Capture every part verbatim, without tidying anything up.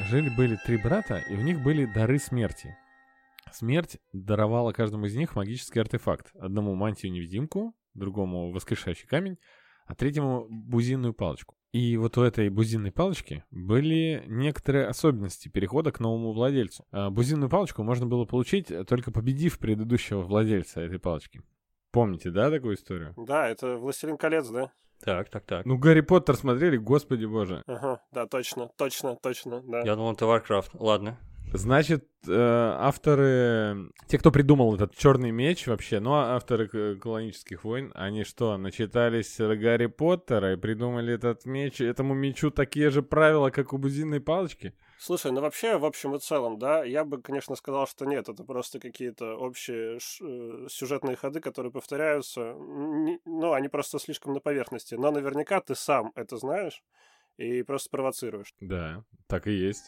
Жили-были три брата, и у них были дары смерти. Смерть даровала каждому из них магический артефакт. Одному мантию-невидимку, другому воскрешающий камень, а третьему бузинную палочку. И вот у этой бузинной палочки были некоторые особенности перехода к новому владельцу. А бузинную палочку можно было получить, только победив предыдущего владельца этой палочки. Помните, да, такую историю? Да, это «Властелин колец», да? Так, так, так. Ну, Гарри Поттер смотрели, господи боже. Ага, да, точно, точно, точно, да. Я думал, это Warcraft. Ладно. Значит, э, авторы, те, кто придумал этот черный меч вообще, ну, а авторы к- колонических войн, они что, начитались Гарри Поттера и придумали этот меч, этому мечу такие же правила, как у бузинной палочки? Слушай, ну вообще, в общем и целом, да, я бы, конечно, сказал, что нет, это просто какие-то общие ш- э, сюжетные ходы, которые повторяются, Н- ну, они просто слишком на поверхности, но наверняка ты сам это знаешь и просто провоцируешь. Да, так и есть.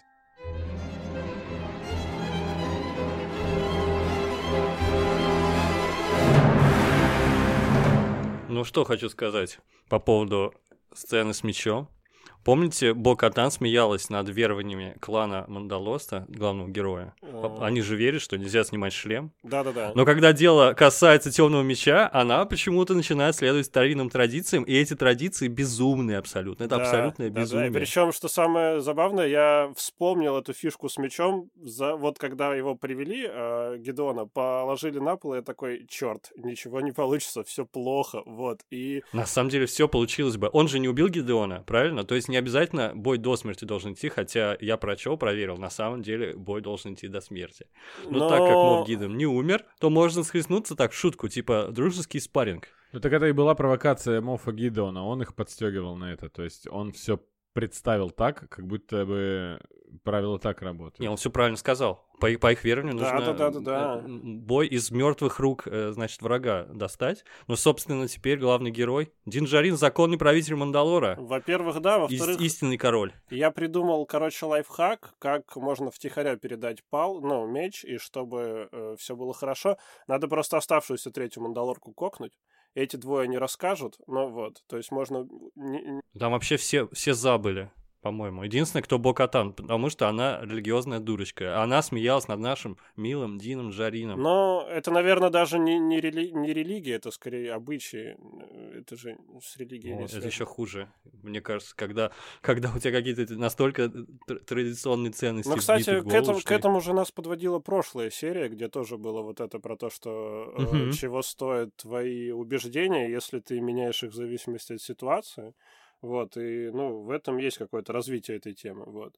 Ну, что хочу сказать по поводу сцены с мечом. Помните, Бо-Катан смеялась над верованиями клана Мандалоста, главного героя? А. Они же верят, что нельзя снимать шлем. Да-да-да. Но когда дело касается темного меча, она почему-то начинает следовать старинным традициям, и эти традиции безумные абсолютно. Это Да, абсолютное да, безумие. да. И причем, что самое забавное, я вспомнил эту фишку с мечом, за... вот когда его привели, э, Гедеона, положили на пол, и я такой, черт, ничего не получится, все плохо, вот, и... На самом деле все получилось бы. Он же не убил Гедеона, правильно? То есть не обязательно бой до смерти должен идти, хотя я прочел, проверил, на самом деле бой должен идти до смерти. Но, Но... так как Моб Гидеон не умер, то можно схлестнуться так в шутку, типа дружеский спарринг. Ну так это и была провокация Моффа Гидеона, он их подстегивал на это, то есть он все представил так, как будто бы правила так работают. Не, он все правильно сказал. По, их- по их верованию Да, нужно да, да, да, да. э, бой из мертвых рук, э, значит, врага достать. Но, собственно, теперь главный герой Дин Джарин, законный правитель Мандалора. Во-первых, да, Ис- во-вторых, истинный король. я придумал, короче, лайфхак, как можно втихаря передать пал, ну, меч, и чтобы все было хорошо, надо просто оставшуюся третью мандалорку кокнуть. Эти двое не расскажут, но вот, то есть можно... не- Там вообще все, все забыли, по-моему. Единственное, кто Бо-Катан, потому что она религиозная дурочка. Она смеялась над нашим милым Дином Джарином. Но это, наверное, даже не, не, рели- не религия, это скорее обычаи. Это же с религией Вот, не это связано. еще хуже, мне кажется, когда, когда у тебя какие-то настолько тр- традиционные ценности Ну, вбиты кстати, в к голову, этому, к что- этому же нас подводила прошлая серия, где тоже было вот это про то, что э, Мгм. чего стоят твои убеждения, если ты меняешь их в зависимости от ситуации. Вот, и, ну, в этом есть какое-то развитие этой темы, вот.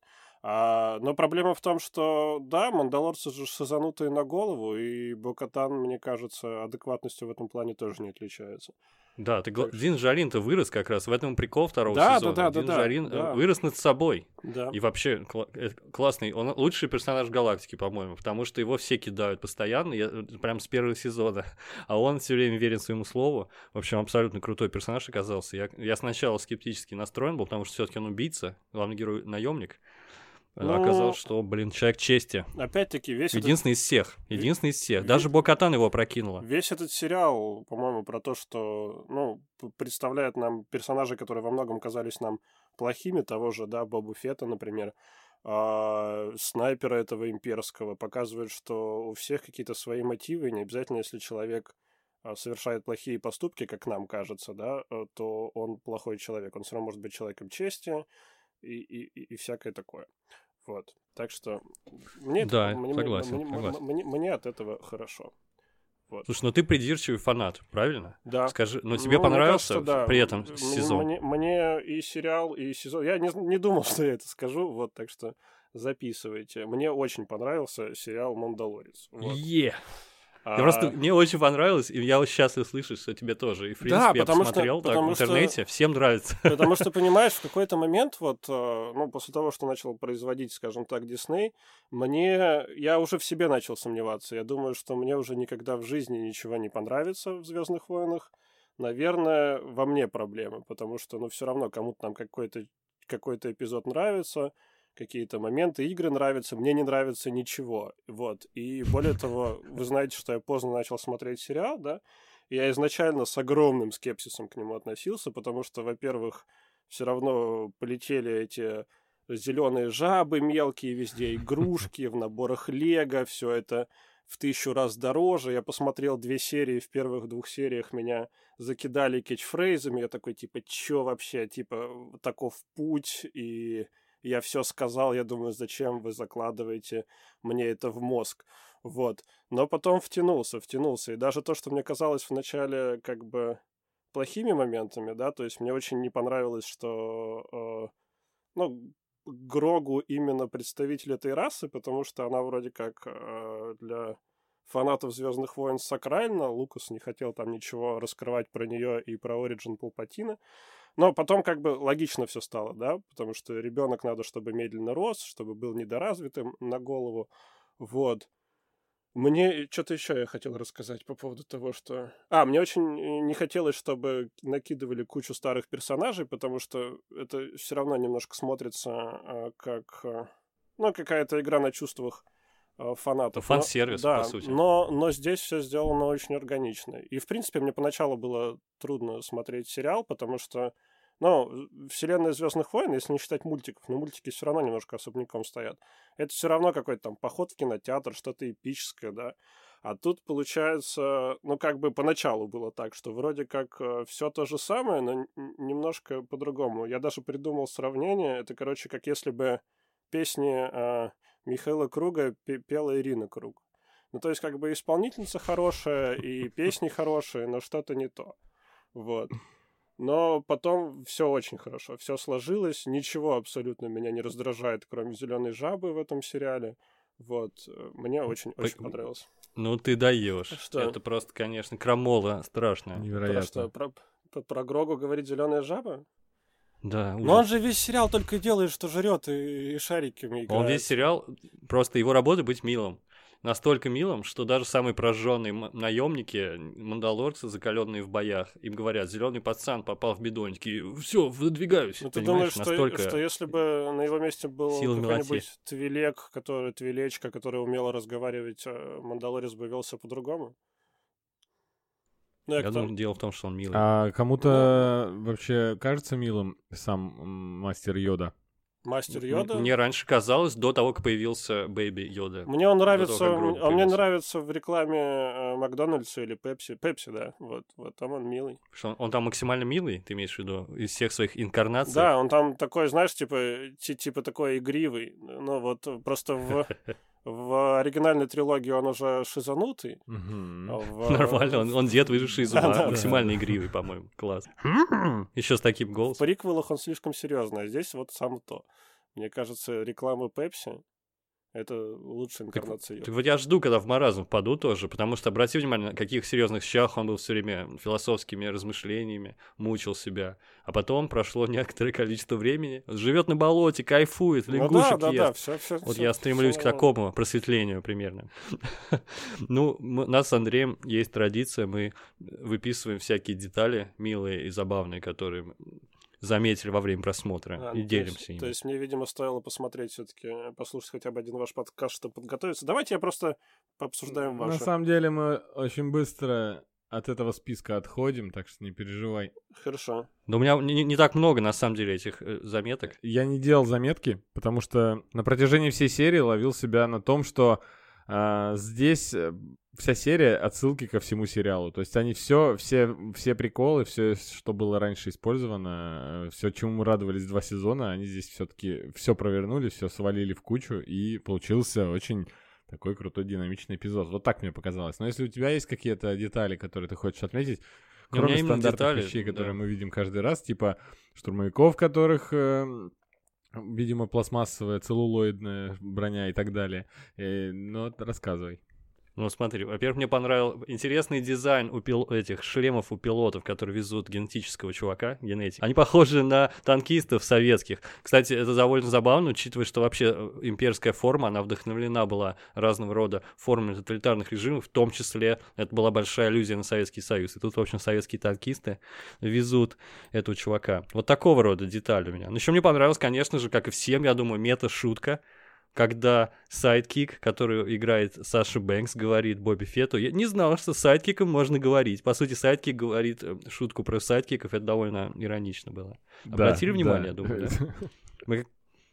А, но проблема в том, что, да, мандалорцы же сазанутые на голову, и Бо-Катан, мне кажется, адекватностью в этом плане тоже не отличается. Да, ты, гла- Так что- Дин Джарин-то вырос как раз, в этом прикол второго Да, сезона. да, да, Дин да, да, Джарин э, да. вырос над собой. Да. И вообще кла- э, классный, он лучший персонаж галактики, по-моему, потому что его все кидают постоянно, я, э, прям с первого сезона, а он все время верен своему слову. В общем, абсолютно крутой персонаж оказался. Я, я сначала скептически настроен был, потому что все-таки он убийца, главный герой наемник. Ну, Оказалось, что, блин, человек чести. Опять-таки, весь этот Единственный из всех. Единственный из всех. ви- Даже Бо-Катан его опрокинула. Весь этот сериал, по-моему, про то, что, ну, п- представляет нам персонажей, которые во многом казались нам плохими, того же, да, Боба Фетта, например, а, снайпера этого имперского, показывает, что у всех какие-то свои мотивы, и не обязательно, если человек а, совершает плохие поступки, как нам кажется, да, э, то он плохой человек. Он все равно может быть человеком чести и, и, и, и всякое такое. Вот. Так что мне, это- Да, мне, согласен, мне- мне- согласен. мне- мне от этого хорошо. Вот. Слушай, ну ты придирчивый фанат, правильно? Да. Скажи, ну Ну, тебе мне понравился кажется, да. при этом М- сезон? Мне, мне и сериал, и сезон... Я не, не думал, что я это скажу, вот, так что записывайте. Мне очень понравился сериал «Мандалорец». Вот. Е! А, Я просто, мне очень понравилось, и я очень счастлив слышать, что тебе тоже. И, в принципе, Да, я потому что- посмотрел так в потому что- интернете, всем нравится. Потому что, понимаешь, в какой-то момент, вот, э, ну, после того, что начал производить, скажем так, Дисней, мне... Я уже в себе начал сомневаться. Я думаю, что мне уже никогда в жизни ничего не понравится в «Звездных войнах». Наверное, во мне проблемы, потому что, ну, все равно кому-то там какой-то какой-то эпизод нравится, какие-то моменты, игры нравятся, мне не нравится ничего. Вот. И более того, вы знаете, что я поздно начал смотреть сериал, да? И я изначально с огромным скепсисом к нему относился, потому что, во-первых, все равно полетели эти зеленые жабы мелкие везде, игрушки в наборах Лего, все это в тысячу раз дороже. Я посмотрел две серии, в первых двух сериях меня закидали кетчфрейзами, я такой, типа, чё вообще, типа, таков путь, и я все сказал, я думаю, зачем вы закладываете мне это в мозг, вот. Но потом втянулся, втянулся, и даже то, что мне казалось вначале, как бы, плохими моментами, да, то есть мне очень не понравилось, что, э, ну, Грогу именно представитель этой расы, потому что она вроде как э, для фанатов «Звездных войн» сакральна. Лукас не хотел там ничего раскрывать про нее и про Ориджин Палпатина. Но потом как бы логично все стало, да, потому что ребенок надо, чтобы медленно рос, чтобы был недоразвитым на голову. Вот. Мне что-то еще я хотел рассказать по поводу того, что... А, мне очень не хотелось, чтобы накидывали кучу старых персонажей, потому что это все равно немножко смотрится а, как... А, ну, какая-то игра на чувствах а, фанатов. Фан-сервис, но, да, по сути. Но, но здесь все сделано очень органично. И, в принципе, мне поначалу было трудно смотреть сериал, потому что... Ну, вселенная «Звездных войн», если не считать мультиков, но мультики все равно немножко особняком стоят. Это все равно какой-то там поход в кинотеатр, что-то эпическое, да. А тут, получается, ну, как бы поначалу было так, что вроде как э, все то же самое, но немножко по-другому. Я даже придумал сравнение. Это, короче, как если бы песни э, Михаила Круга пела Ирина Круг. Ну, то есть, как бы исполнительница хорошая и песни хорошие, но что-то не то. Вот. Но потом все очень хорошо, все сложилось, ничего абсолютно меня не раздражает, кроме зеленой жабы в этом сериале. Вот, мне очень-очень По... понравилось. Ну ты даешь. Что? Это просто, конечно, крамола страшная. Невероятно. Про что? Про, про, про Грогу говорит зеленая жаба? Да. Но он же весь сериал только делает, что жрет и, и шариками играет. Он весь сериал, просто его работа быть милым. Настолько милым, что даже самые прожженные наемники, мандалорцы, закаленные в боях, им говорят: зеленый пацан попал в беду, они такие: все, выдвигаюсь. Ну, ты думаешь, настолько... что, что если бы на его месте был какой-нибудь Твилек, который, Твилечка, который умел разговаривать, Мандалорец бы велся по-другому? Ну, я я думаю, дело в том, что он милый. А кому-то ну, вообще кажется милым сам мастер Йода? Мастер Йода? Мне раньше казалось, до того, как появился Бэйби Йода. Мне он нравится, того, он мне нравится в рекламе э, Макдональдса или Пепси. Пепси, да, вот, вот там он милый. Что, он, он там максимально милый, ты имеешь в виду, из всех своих инкарнаций? Да, он там такой, знаешь, типа, типа такой игривый. Ну вот просто в... В оригинальной трилогии он уже шизанутый. Mm-hmm. В... Нормально, он, он дед, выживший из ума, максимально игривый, по-моему. Класс. Еще с таким голосом. В приквелах он слишком серьезный, а здесь вот сам то. Мне кажется, реклама Пепси — это лучшая инкарнация. Так, так вот я жду, когда в маразм впаду тоже, потому что, обрати внимание, на каких серьезных щах он был все время философскими размышлениями, мучил себя. А потом прошло некоторое количество времени, живет на болоте, кайфует, лягушек ну, да, ест. Да, да, все, все, вот все, я стремлюсь все... к такому просветлению примерно. Ну, у нас с Андреем есть традиция, мы выписываем всякие детали милые и забавные, которые заметили во время просмотра, а, и делимся ими. То есть мне, видимо, стоило посмотреть все-таки, послушать хотя бы один ваш подкаст, чтобы подготовиться. Давайте я просто пообсуждаем ваши. На самом деле мы очень быстро от этого списка отходим, так что не переживай. Хорошо. Да у меня не, не так много, на самом деле, этих э, заметок. Я не делал заметки, потому что на протяжении всей серии ловил себя на том, что э, здесь вся серия отсылки ко всему сериалу. То есть они все, все, все приколы, все, что было раньше использовано, все, чему мы радовались два сезона, они здесь все-таки все провернули, все свалили в кучу, и получился очень такой крутой динамичный эпизод. Вот так мне показалось. Но если у тебя есть какие-то детали, которые ты хочешь отметить, кроме стандартных детали, вещей, которые да. мы видим каждый раз, типа штурмовиков, которых... Э, видимо, пластмассовая, целлулоидная броня и так далее. Э, ну, рассказывай. Ну, смотри, во-первых, мне понравился интересный дизайн у пил... этих шлемов у пилотов, которые везут генетического чувака, генетик. Они похожи на танкистов советских. Кстати, это довольно забавно, учитывая, что вообще имперская форма, она вдохновлена была разного рода формами тоталитарных режимов, в том числе это была большая аллюзия на Советский Союз. И тут, в общем, советские танкисты везут этого чувака. Вот такого рода детали у меня. Но еще мне понравилось, конечно же, как и всем, я думаю, мета-шутка, когда сайдкик, который играет Саша Бэнкс, говорит Боби Фетту: я не знал, что с сайдкиком можно говорить. По сути, сайдкик говорит шутку про сайдкиков, это довольно иронично было. Да, Обратили да. внимание, я думаю, да? Мы...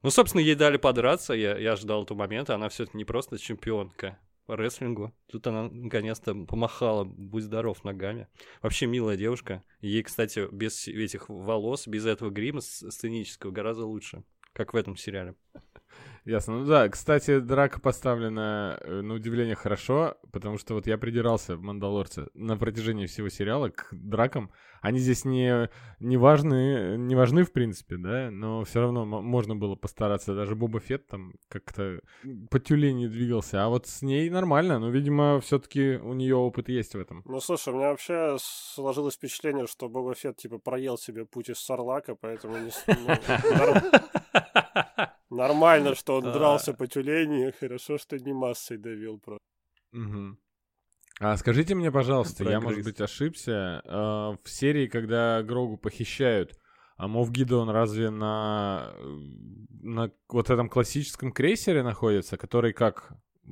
Ну, собственно, ей дали подраться, я, я ждал этого момента, она все-таки не просто чемпионка по рестлингу. Тут она наконец-то помахала, будь здоров, ногами. Вообще милая девушка. Ей, кстати, без этих волос, без этого грима сценического гораздо лучше, как в этом сериале. Ясно. Ну да, кстати, драка поставлена, на удивление, хорошо, потому что вот я придирался в «Мандалорце» на протяжении всего сериала к дракам. Они здесь не, не важны, не важны, в принципе, да, но все равно м- можно было постараться. Даже Боба Фетт там как-то по тюленю двигался, а вот с ней нормально. Ну, видимо, все-таки у нее опыт есть в этом. Ну, слушай, у меня вообще сложилось впечатление, что Боба Фетт, типа, проел себе путь из Сарлака, поэтому не... Нормально, что он дрался по тюленю, хорошо, что не массой давил просто. Угу. А скажите мне, пожалуйста, я, может быть, ошибся, э, в серии, когда Грогу похищают, а Мофф Гидеон разве на, на вот этом классическом крейсере находится, который как...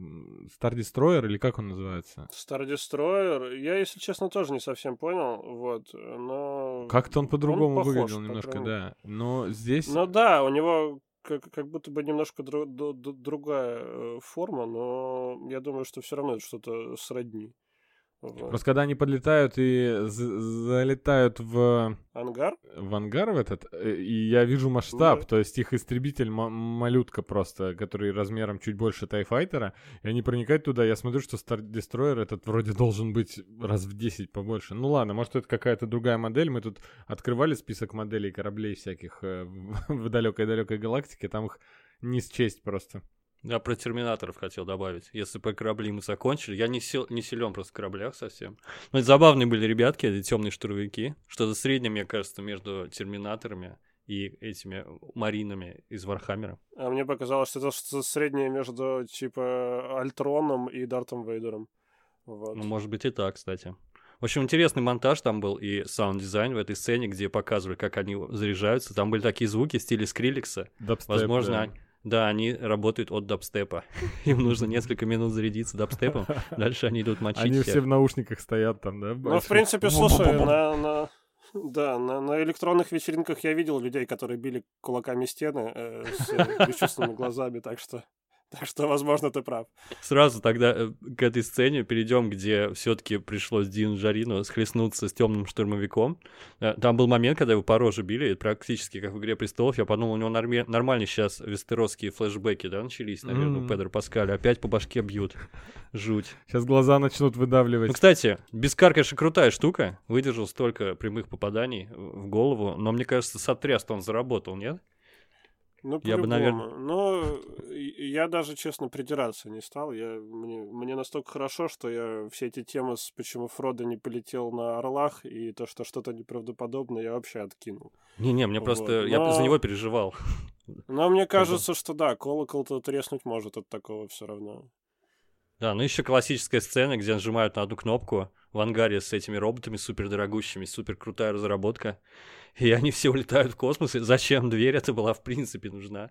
Star Destroyer или как он называется? Star Destroyer, я, если честно, тоже не совсем понял, вот, но... Как-то он по-другому он похож, выглядел по немножко, крайней... да, но здесь... Ну да, у него... Как, как будто бы немножко дру, дру, другая э, форма, но я думаю, что все равно это что-то сродни. Вот. Просто когда они подлетают и з- залетают в... Ангар? В ангар в этот, и я вижу масштаб, Да. то есть их истребитель м- малютка просто, который размером чуть больше Тайфайтера, и они проникают туда, я смотрю, что Star Destroyer этот вроде должен быть раз в десять побольше. Ну ладно, может это какая-то другая модель, мы тут открывали список моделей кораблей всяких э, в далекой-далекой галактике, там их не счесть просто. Я про терминаторов хотел добавить. Если по корабли мы закончили, я не, сил, не силен просто в кораблях совсем. Но это забавные были ребятки, эти темные штурмовики. Что-то среднее, мне кажется, между терминаторами и этими маринами из Вархаммера. А мне показалось, что это что-то среднее между, типа, Альтроном и Дартом Вейдером. Вот. Ну, может быть и так, кстати. В общем, интересный монтаж там был и саунд-дизайн в этой сцене, где показывали, как они заряжаются. Там были такие звуки в стиле Скриллекса. Дабстеп, Возможно, да. они... Да, они работают от дабстепа. Им нужно несколько минут зарядиться дабстепом, дальше они идут мочить. Они всех. все в наушниках стоят там, да? Ну, в принципе, слушай, на, на, да, на, на электронных вечеринках я видел людей, которые били кулаками стены э, с э, бесчувственными глазами, так что, так что, возможно, ты прав. Сразу тогда э, к этой сцене перейдем, где все-таки пришлось Дину Джарину схлестнуться с темным штурмовиком. Э, Там был момент, когда его по роже били, практически как в «Игре престолов». Я подумал, у него норме- нормальные сейчас вестеросские флешбеки, да, начались, наверное, М. у Педро Паскаля. Опять по башке бьют. Жуть. Сейчас глаза начнут выдавливать. Ну, кстати, Бескар, конечно, крутая штука. Выдержал столько прямых попаданий в голову. Но, мне кажется, сотряс-то он заработал, нет? Ну, Я бы, по-любому. наверное- Но и- я даже, честно, придираться не стал. Я, мне, мне настолько хорошо, что я все эти темы, с почему Фродо не полетел на орлах, и то, что что-то неправдоподобное, я вообще откинул. Не-не, мне Вот, просто... Я но- за него переживал. Но мне кажется, что да, колокол-то треснуть может от такого все равно. Да, ну еще классическая сцена, где нажимают на одну кнопку в ангаре с этими роботами супердорогущими, супер крутая разработка, и они все улетают в космос, и зачем дверь эта была в принципе нужна?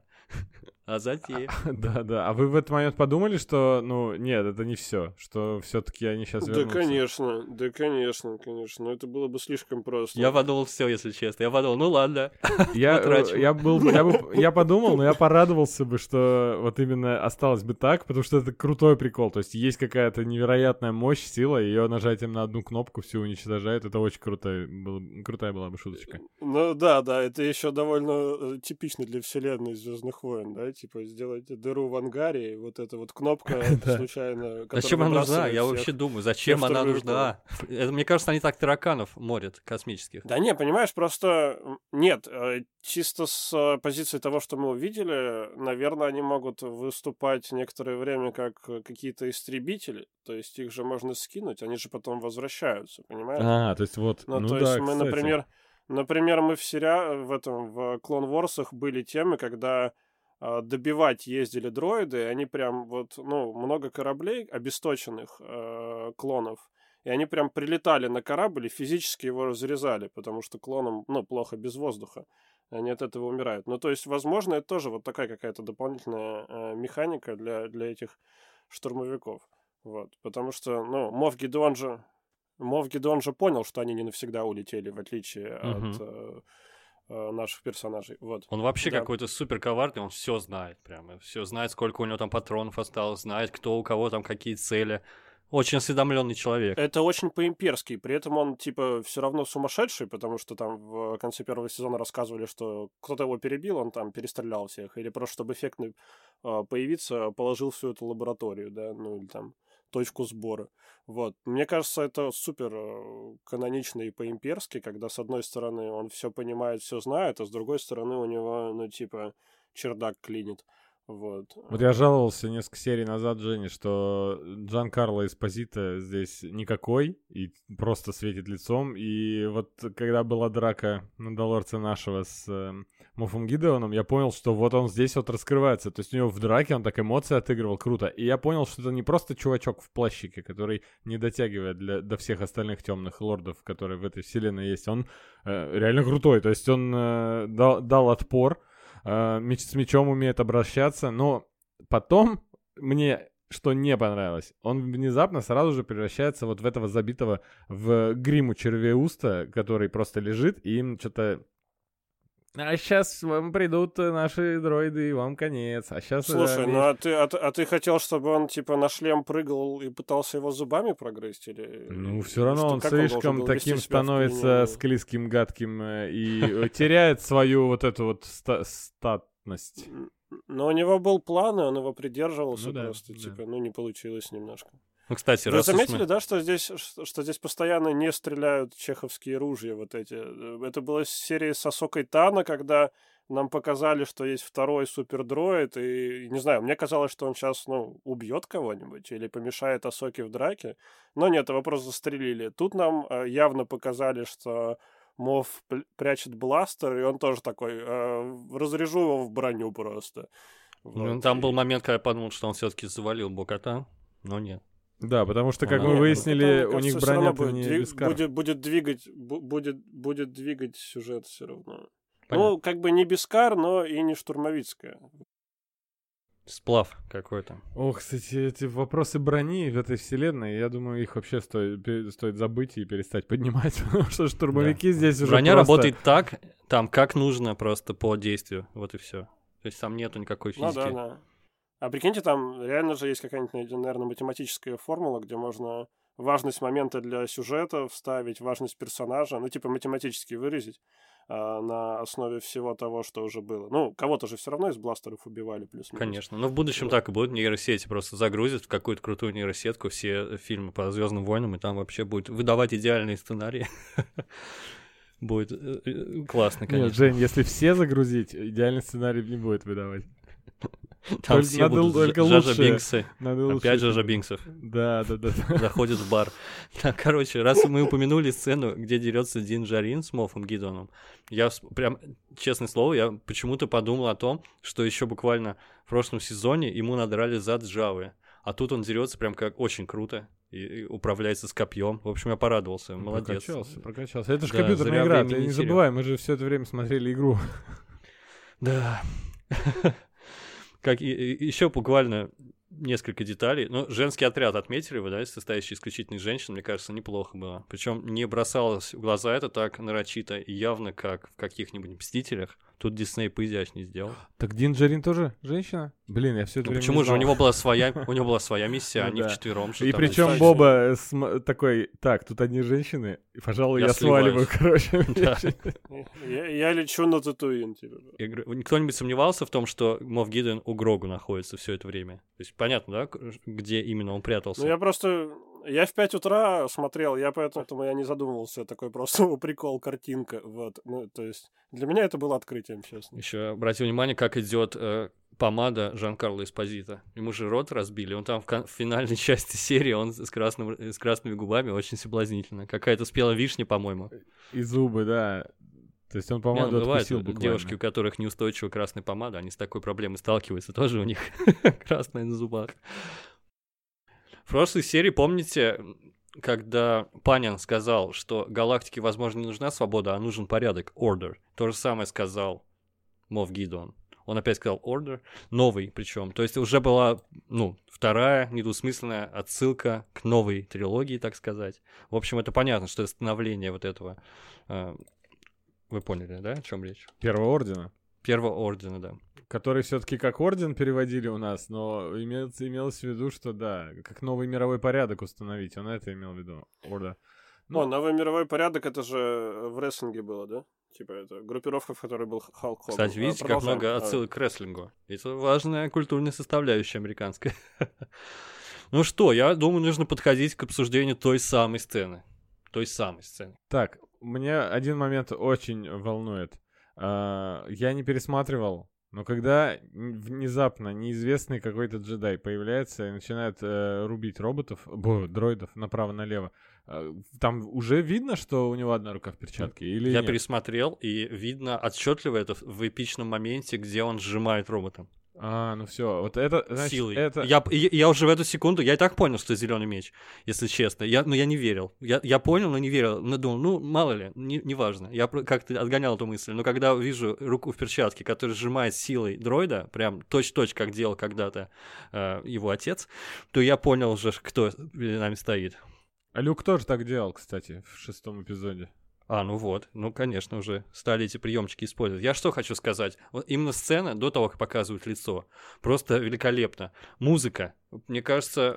А затем... Да, да. А вы в этот момент подумали, что, ну, нет, это не все, что все-таки они сейчас Да, вернутся? конечно, да, конечно, конечно. Но это было бы слишком просто. Я подумал все, если честно. Я подумал, ну ладно. Я, Потрачу. э, я был, бы- я, бы, я подумал, но я порадовался бы, что вот именно осталось бы так, потому что это крутой прикол. То есть есть какая-то невероятная мощь, сила, ее нажатием на одну кнопку все уничтожает. Это очень круто, было, крутая была бы шуточка. Ну да, да, это еще довольно э, типично для вселенной Звездных войн, да, типа сделать дыру в ангаре, и вот эта вот кнопка Да. случайно. Зачем она нужна? Я всех. вообще думаю, зачем всех она штурмовиков. нужна? Это, мне кажется, они так тараканов морят космических. Да не, понимаешь, просто м, нет, э, чисто с э, позиции того, что мы увидели, наверное, они могут выступать некоторое время как э, какие-то истребители, то есть их же можно скинуть, они же потом возвращаются, понимаешь? А, то есть вот, Ну, ну то да, есть мы, кстати. например, например, мы в сериале, в этом, в Clone Wars'ах были темы, когда а, добивать ездили дроиды, и они прям вот, ну, много кораблей, обесточенных э, клонов, и они прям прилетали на корабль и физически его разрезали, потому что клонам, ну, плохо без воздуха. Они от этого умирают. Ну, то есть, возможно, это тоже вот такая какая-то дополнительная э, механика для, для этих штурмовиков. Вот. Потому что, ну, Мофф Гидеон же... Мофф Гидеон же понял, что они не навсегда улетели, в отличие Мгм. от, э, э, наших персонажей. Вот. Он вообще Да. какой-то супер коварный, он все знает прямо. Все знает, сколько у него там патронов осталось, знает, кто у кого там какие цели. Очень осведомленный человек. Это очень по-имперски, при этом он, типа, все равно сумасшедший, потому что там в конце первого сезона рассказывали, что кто-то его перебил, он там перестрелял всех, или просто, чтобы эффектно э, появиться, положил всю эту лабораторию, да, ну, или там точку сбора. Вот. Мне кажется, это супер э, канонично и по-имперски, когда, с одной стороны, он все понимает, все знает, а с другой стороны, у него, ну, типа, чердак клинит. Вот. Вот я жаловался несколько серий назад, Жене, что Джанкарло Эспозито здесь никакой и просто светит лицом. И вот когда была драка Мандалорца нашего с э, Моффом Гидеоном, я понял, что вот он здесь вот раскрывается. То есть у него в драке он так эмоции отыгрывал круто. И я понял, что это не просто чувачок в плащике, который не дотягивает для, до всех остальных темных лордов, которые в этой вселенной есть. Он э, реально крутой. То есть он э, дал, дал отпор. Меч, с мечом умеет обращаться, но потом мне что не понравилось, он внезапно сразу же превращается вот в этого забитого в гриму червеуста, который просто лежит, и им что-то... А сейчас вам придут наши дроиды, и вам конец. А сейчас... Слушай, ну а ты, а, а ты хотел, чтобы он типа на шлем прыгал и пытался его зубами прогрызть? Или... Ну, все равно что, он как слишком он таким становится склизким, гадким и теряет свою вот эту вот ста- статность. Но у него был план, и он его придерживался Ну да, просто, да. типа, ну не получилось немножко. Ну, кстати, Вы раз уж заметили, мы- да, что здесь, что, что здесь постоянно не стреляют чеховские ружья вот эти? Это была серия с Асокой Тано, когда нам показали, что есть второй супердроид, и, не знаю, мне казалось, что он сейчас, ну, убьет кого-нибудь или помешает Асоке в драке, но нет, его просто застрелили. Тут нам э, явно показали, что Мов пл- прячет бластер, и он тоже такой, э, разряжу его в броню просто. Ну, Вот. там был И- момент, когда я подумал, что он все-таки завалил Боката, но нет. Да, потому что, как Ну, мы нет, выяснили, потом, у мне них кажется, всё равно броня-то будет, не дви- без кар. будет, будет двигать, бу- будет, будет двигать сюжет все равно. Понятно. Ну, как бы не Бескар, но и не штурмовицкая. Сплав какой-то. Ох, кстати, эти вопросы брони в этой вселенной, я думаю, их вообще стоит, пе- стоит забыть и перестать поднимать, потому что штурмовики здесь уже Броня просто... работает так, там как нужно просто по действию, вот и все. То есть там нету никакой Ну физики. да, да. А прикиньте, там реально же есть какая-нибудь, наверное, математическая формула, где можно важность момента для сюжета вставить, важность персонажа, ну, типа математически выразить а, на основе всего того, что уже было. Ну, кого-то же все равно из бластеров убивали плюс-минус. Конечно. Но в будущем так и будет. Нейросети просто загрузят в какую-то крутую нейросетку все фильмы по Звездным войнам, и там вообще будет выдавать идеальные сценарии. Будет э, э, классно, Нет, конечно. Жень, если все загрузить, идеальный сценарий не будет выдавать. Там только все надо будут только Жажа лучшее. Бинксы. Надо лучше... Опять Жажа Бинксов. Да, да, да. да. Заходит в бар. Так, короче, раз мы упомянули сцену, где дерется Дин Джарин с Моффом Гидеоном, я вс- прям, честное слово, я почему-то подумал о том, что еще буквально в прошлом сезоне ему надрали зад Джавы, а тут он дерется прям как очень круто и, и управляется с копьем. В общем, я порадовался. Молодец. Прокачался, прокачался. Это же Да, компьютерная зря игра, времени ты не не терял. забывай, мы же все это время смотрели игру. Да. Как и, еще буквально несколько деталей. Ну, женский отряд отметили вы, да, состоящий исключительно из женщин, мне кажется, неплохо было. Причем не бросалось в глаза это так нарочито и явно, как в каких-нибудь «Мстителях». Тут Дисней поизящнее сделал. Так Дин Джарин тоже женщина? Блин, я все это Ну, время почему не же? У знал. него была своя, у него была своя миссия, Ну они да. вчетвером. И причем кстати. Боба см- такой, так, тут одни женщины, и, пожалуй, Я я, сваливаю, сливаюсь. короче. Да. Я, я лечу на Татуин, типа. Я говорю, кто-нибудь сомневался в том, что Мофф Гидеон у Грогу находится все это время? То есть понятно, да, к- где именно он прятался? Ну, я просто... Я в пять утра смотрел, я поэтому я не задумывался, такой просто прикол, картинка, вот. Ну, то есть для меня это было открытием, честно. Еще обратил внимание, как идет э, помада Жан-Карло Эспозито. Ему же рот разбили, он там в, кон- в финальной части серии, он с, красным, с красными губами, очень соблазнительно. Какая-то спелая вишня, по-моему. И зубы, да. То есть он Не, помаду ну, бывает, откусил буквально. девушки, у которых неустойчива красная помада, они с такой проблемой сталкиваются, тоже у них красная на зубах. В прошлой серии, помните, когда Панин сказал, что галактике, возможно, не нужна свобода, а нужен порядок, order. То же самое сказал Мофф Гидеон. Он опять сказал order, новый причем. То есть уже была, ну, вторая недвусмысленная отсылка к новой трилогии, так сказать. В общем, это понятно, что это становление вот этого э, Вы поняли, да, о чем речь? Первого ордена. Первого ордена, да. Который все-таки как орден переводили у нас, но имелось, имелось в виду, что да, как новый мировой порядок установить. Он это имел в виду. Орда. Ну, О, новый мировой порядок, это же в рестлинге было, да? Типа это группировка, в которой был Халк Хоган. Кстати, видите, как много отсылок к рестлингу. Это важная культурная составляющая американская. Ну что, я думаю, нужно подходить к обсуждению той самой сцены. Той самой сцены. Так, мне один момент очень волнует. Я не пересматривал, но когда внезапно неизвестный какой-то джедай появляется и начинает рубить роботов, бо, дроидов направо-налево, там уже видно, что у него одна рука в перчатке? Или я нет? пересмотрел, и видно отчетливо это в эпичном моменте, где он сжимает робота. А, ну все, вот это, значит, силой. Это... Я, я, я уже в эту секунду, я и так понял, что зеленый меч, если честно. Я, но я не верил. Я, я понял, но не верил. Но думал, ну, мало ли, не, неважно. Я как-то отгонял эту мысль. Но когда вижу руку в перчатке, которая сжимает силой дроида, прям точь-точь, как делал когда-то э, его отец, то я понял уже, кто перед нами стоит. А Люк тоже так делал, кстати, в шестом эпизоде. А, ну вот, ну, конечно, уже стали эти приемчики использовать. Я что хочу сказать? Вот именно сцена, до того, как показывают лицо, просто великолепно. Музыка. Мне кажется,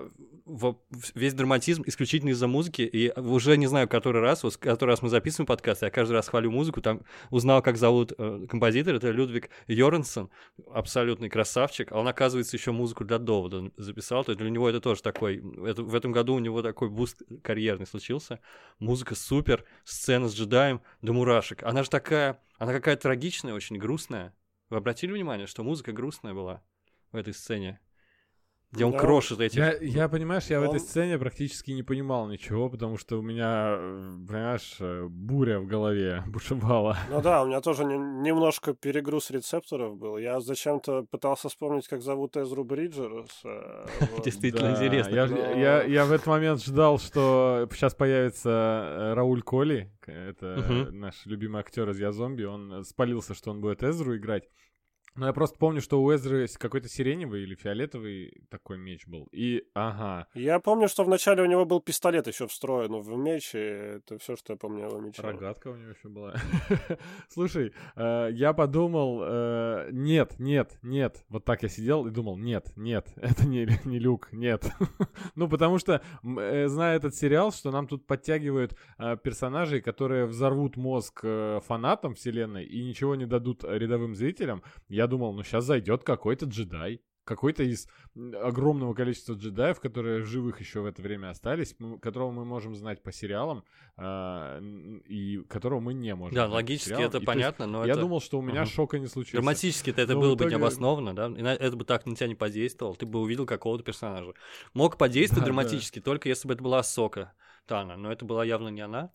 весь драматизм исключительно из-за музыки, и уже не знаю, который раз, вот который раз мы записываем подкаст, я каждый раз хвалю музыку, там узнал, как зовут э, композитор, это Людвиг Йорансон, абсолютный красавчик, а он, оказывается, еще музыку для Довода записал, то есть для него это тоже такой, это, в этом году у него такой буст карьерный случился, музыка супер, сцена с джедаем до мурашек, она же такая, она какая-то трагичная, очень грустная. Вы обратили внимание, что музыка грустная была в этой сцене? Где он да, крошит этих... Я, я, понимаешь, я он... в этой сцене практически не понимал ничего, потому что у меня, понимаешь, буря в голове бушевала. Ну да, у меня тоже не, немножко перегруз рецепторов был. Я зачем-то пытался вспомнить, как зовут Эзру Бриджерс. Действительно интересно. Я в этот момент ждал, что сейчас появится Рауль Коли, это наш любимый актер из «Я зомби», он спалился, что он будет Эзру играть. Но я просто помню, что у Эзры какой-то сиреневый или фиолетовый такой меч был. И, ага. Я помню, что вначале у него был пистолет еще встроен в меч, и это все, что я помню о его мече. Рогатка у него еще была. Слушай, я подумал, нет, нет, нет. Вот так я сидел и думал, нет, нет, это не, не Люк, нет. Ну, потому что, зная этот сериал, что нам тут подтягивают персонажей, которые взорвут мозг фанатам вселенной и ничего не дадут рядовым зрителям, я думал, ну сейчас зайдет какой-то джедай, какой-то из огромного количества джедаев, которые в живых еще в это время остались, которого мы можем знать по сериалам, э, и которого мы не можем. Да, логически это и, понятно, есть, но я это... думал, что у меня uh-huh. шока не случится. Драматически-то это но было итоге... бы необоснованно, да, и это бы так на тебя не подействовало, ты бы увидел какого-то персонажа. Мог подействовать да, драматически, да. только если бы это была Асока Тана, но это была явно не она.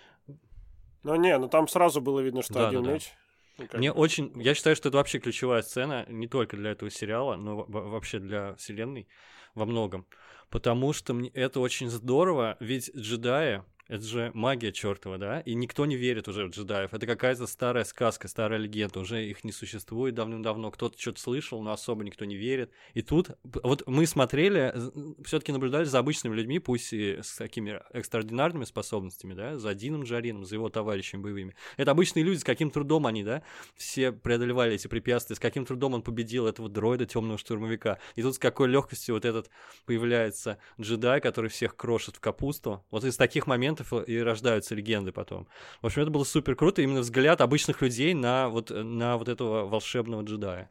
Ну не, ну там сразу было видно, что да, один да, меч... Да. Мне очень... Я считаю, что это вообще ключевая сцена не только для этого сериала, но вообще для вселенной во многом. Потому что мне это очень здорово, ведь джедаи... Это же магия чертова, да? И никто не верит уже в джедаев. Это какая-то старая сказка, старая легенда. Уже их не существует давным-давно. Кто-то что-то слышал, но особо никто не верит. И тут вот мы смотрели, все-таки наблюдали за обычными людьми, пусть и с такими экстраординарными способностями, да? За Дином Джарином, за его товарищами боевыми. Это обычные люди, с каким трудом они, да? Все преодолевали эти препятствия, с каким трудом он победил этого дроида, темного штурмовика. И тут с какой легкостью вот этот появляется джедай, который всех крошит в капусту. Вот из таких моментов и рождаются легенды потом. В общем, это было супер круто, именно взгляд обычных людей на вот, на вот этого волшебного джедая.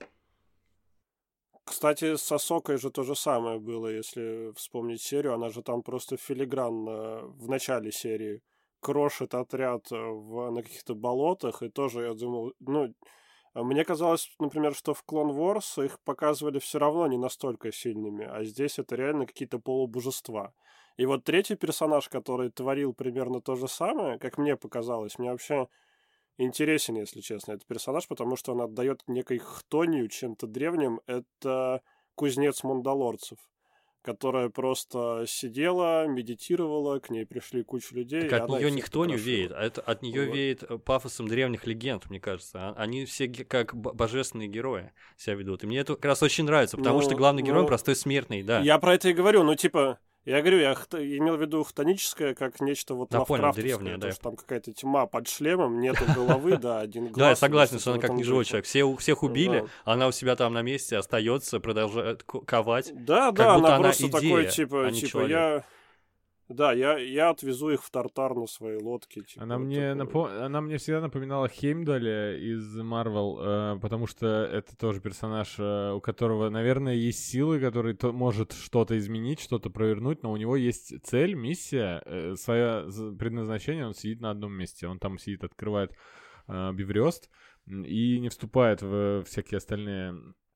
Кстати, с Асокой же то же самое было, если вспомнить серию. Она же там просто филигранно в начале серии крошит отряд в, на каких-то болотах, и тоже я думал, ну, мне казалось, например, что в Clone Wars их показывали все равно не настолько сильными, а здесь это реально какие-то полубожества. И вот третий персонаж, который творил примерно то же самое, как мне показалось, мне вообще интересен, если честно, этот персонаж, потому что он отдает некой хтонью, чем-то древним. Это кузнец мандалорцев, которая просто сидела, медитировала, к ней пришли куча людей. Так от нее никто не веет, а это от нее вот. веет пафосом древних легенд, мне кажется. Они все как божественные герои себя ведут. И мне это как раз очень нравится, потому ну, что главный герой ну, простой смертный, да. Я про это и говорю, ну типа... Я говорю, я хт- имел в виду хтоническое, как нечто вот Да, понял, лавкрафтовское, древнее, то, да. что там какая-то тьма под шлемом, нету головы, да, один глаз. Да, я и согласен, что-то что она в как этом неживой духе. человек. Все, у- всех убили, Да. а она у себя там на месте остается, продолжает ко- ковать. Да, Как да, будто она она просто идея, такой, типа, а не типа, человек. я... Да, я, я отвезу их в Тартар на своей лодке. Типа, Она вот мне, такое. напо- она мне всегда напоминала Хеймдаля из Marvel, э, потому что это тоже персонаж, э, у которого, наверное, есть силы, который то- может что-то изменить, что-то провернуть, но у него есть цель, миссия, э, свое з- предназначение, он сидит на одном месте, он там сидит, открывает э, Бифрёст м, и не вступает в всякие остальные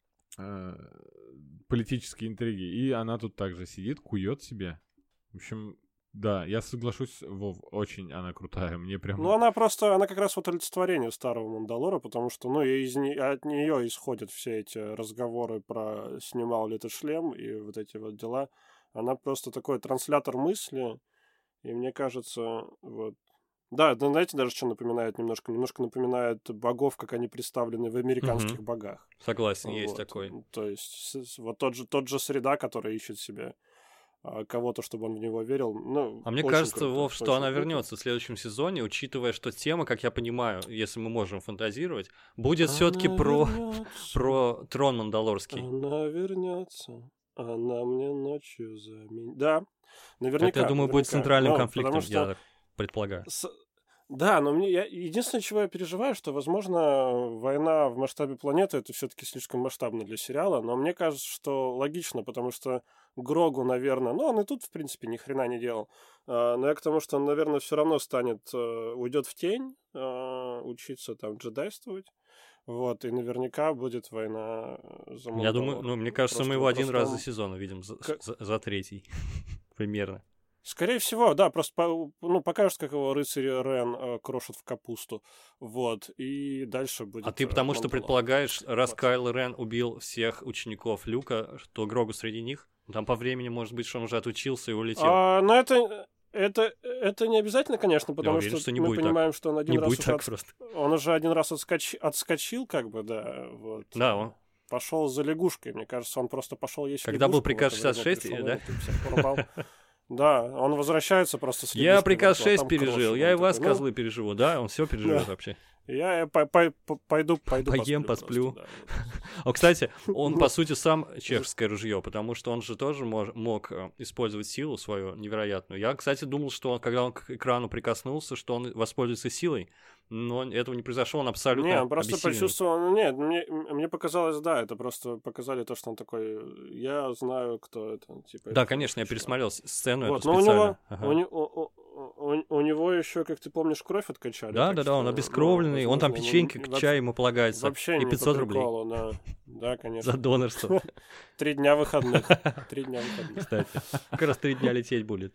э, политические интриги. И она тут также сидит, кует себе. В общем, да, я соглашусь, Вов, очень она крутая, мне прям... Ну, она просто, она как раз вот олицетворение старого Мандалора, потому что, ну, и из не- от нее исходят все эти разговоры про снимал ли ты шлем и вот эти вот дела. Она просто такой транслятор мысли, и мне кажется, вот... Да, да, знаете, даже что напоминает немножко? Немножко напоминает богов, как они представлены в американских Мгм. богах. Согласен, есть Вот. такой. То есть с- с- вот тот же, тот же Среда, который ищет себе а, кого-то, чтобы он в него верил. Ну, А мне очень кажется, круто, Вов, что очень она круто. вернется в следующем сезоне, учитывая, что тема, как я понимаю, если мы можем фантазировать, будет все-таки Она про, вернется, про трон Мандалорский. Она вернется. Она мне ночью заменит. Да, наверняка. Это, я думаю, будет наверняка. центральным Ну, конфликтом, потому что я так предполагаю. с- Да, но мне я единственное, чего я переживаю, что, возможно, война в масштабе планеты это все-таки слишком масштабно для сериала, но мне кажется, что логично, потому что Грогу, наверное, ну он и тут, в принципе, ни хрена не делал. А, но я к тому, что он, наверное, все равно станет, э, уйдет в тень, э, учиться там джедайствовать. Вот, и наверняка будет война за Я думаю, Мандалор. ну, мне кажется, Просто мы его один раз просто за сезон увидим, за, К- за- за третий, примерно. Скорее всего, да, просто по- ну, покажут, как его рыцарь Рен э, крошат в капусту. Вот, и дальше будет. А ты э, потому что Мандалор. предполагаешь, раз Вот. Кайл Рен убил всех учеников Люка, что Грогу среди них? Там по времени, может быть, что он уже отучился и улетел. А, но это, это, это не обязательно, конечно, потому уверен, что, что не мы будет так. понимаем, что он один Не раз будет уже так отс- просто. он уже один раз отскоч- отскочил, как бы, да, вот. Да, он. Пошел за лягушкой, мне кажется, он просто пошел есть Когда был лягушку, в приказ это время шестьдесят шесть, пришел да? Рен, и всех порубал. Да, он возвращается просто с Я лягушкой приказ во рту, а шесть там пережил, крошка. я и Он вас, такой, ну, козлы, переживу. Да, он все переживет Да. вообще. Я э, по- по- по- пойду, пойду Поем, посплю. посплю. просто, да. А, кстати, он, Ну. по сути, сам чешское ружье, потому что он же тоже мож- мог э, использовать силу свою невероятную. Я, кстати, думал, что он, когда он к экрану прикоснулся, что он воспользуется силой, но этого не произошло, он абсолютно Не, он просто обессиленный. почувствовал... Нет, мне, мне показалось, да, это просто показали то, что он такой, я знаю, кто это. Типа, Да, это конечно, я чувак. пересмотрел с- сцену Вот, эту но у специально. него, Ага. у, не- у- у- у- у него еще, как ты помнишь, кровь откачали. Да, так да, да, он что, обескровленный, ну, он там возможно, печеньки ну, к вообще- чаю ему полагается, Вообще и не по пятьсот рублей приколу, да. Да, конечно. за донорство, Три дня выходных. Три дня выходных. кстати. Как раз три дня лететь будет.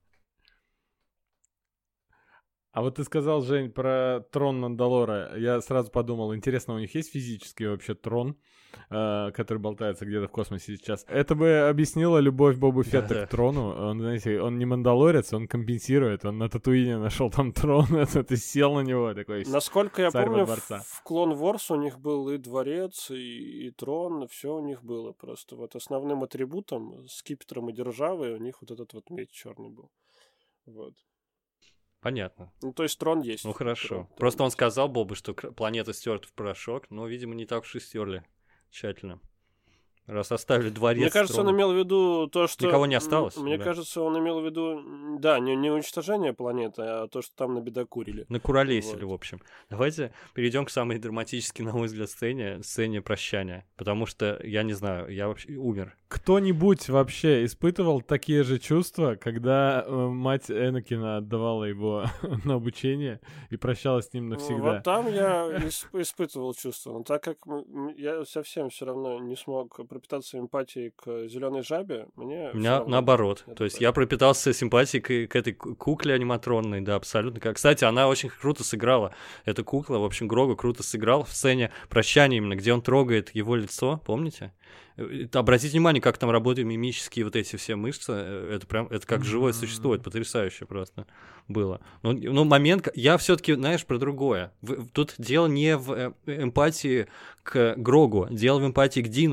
А вот ты сказал, Жень, про трон Мандалора. Я сразу подумал, интересно, у них есть физический вообще трон, э, который болтается где-то в космосе сейчас? Это бы объяснило любовь Боба Фетта Да-да. к трону. Он, знаете, он не мандалорец, он компенсирует. Он на Татуине нашел там трон, это ты сел на него такой. Насколько я царь во помню, дворца. в Клон Ворс у них был и дворец, и, и трон, все у них было. Просто вот основным атрибутом, скипетром и державой, у них вот этот вот меч черный был. Вот. Понятно. Ну, то есть трон есть. Ну хорошо. Трон- трон Просто он есть. сказал Бобу, что кр- планета стерта в порошок, но, видимо, не так уж и стерли тщательно. Раз оставили дворец. Мне кажется, он троном. имел в виду то, что... Никого не осталось, М, Мне да. кажется, он имел в виду, м, да, не, не уничтожение планеты, а то, что там набедокурили. Накуролесили, Вот. в общем. Давайте перейдем к самой драматической, на мой взгляд, сцене, сцене прощания. Потому что, я не знаю, я вообще умер. Кто-нибудь вообще испытывал такие же чувства, когда э, мать Энакина отдавала его на обучение и прощалась с ним навсегда? Вот там я ис- испытывал чувство. Но так как м, м, я совсем все равно не смог пропитаться эмпатией к зеленой жабе, мне... У всё меня равно наоборот. это То есть так. я пропитался симпатией к, к этой ку- кукле аниматронной, да, абсолютно. Как- Кстати, она очень круто сыграла. Эта кукла, в общем, Грогу круто сыграл в сцене прощания именно, где он трогает его лицо, помните? Э, Обратите внимание, как там работают мимические вот эти все мышцы. Э, Это прям, это как живое Мгм. существо, это потрясающе просто было. Но, но момент, к- я все-таки, знаешь, про другое. В- Тут дело не в э, эмпатии к Грогу, дело в эмпатии к Дину.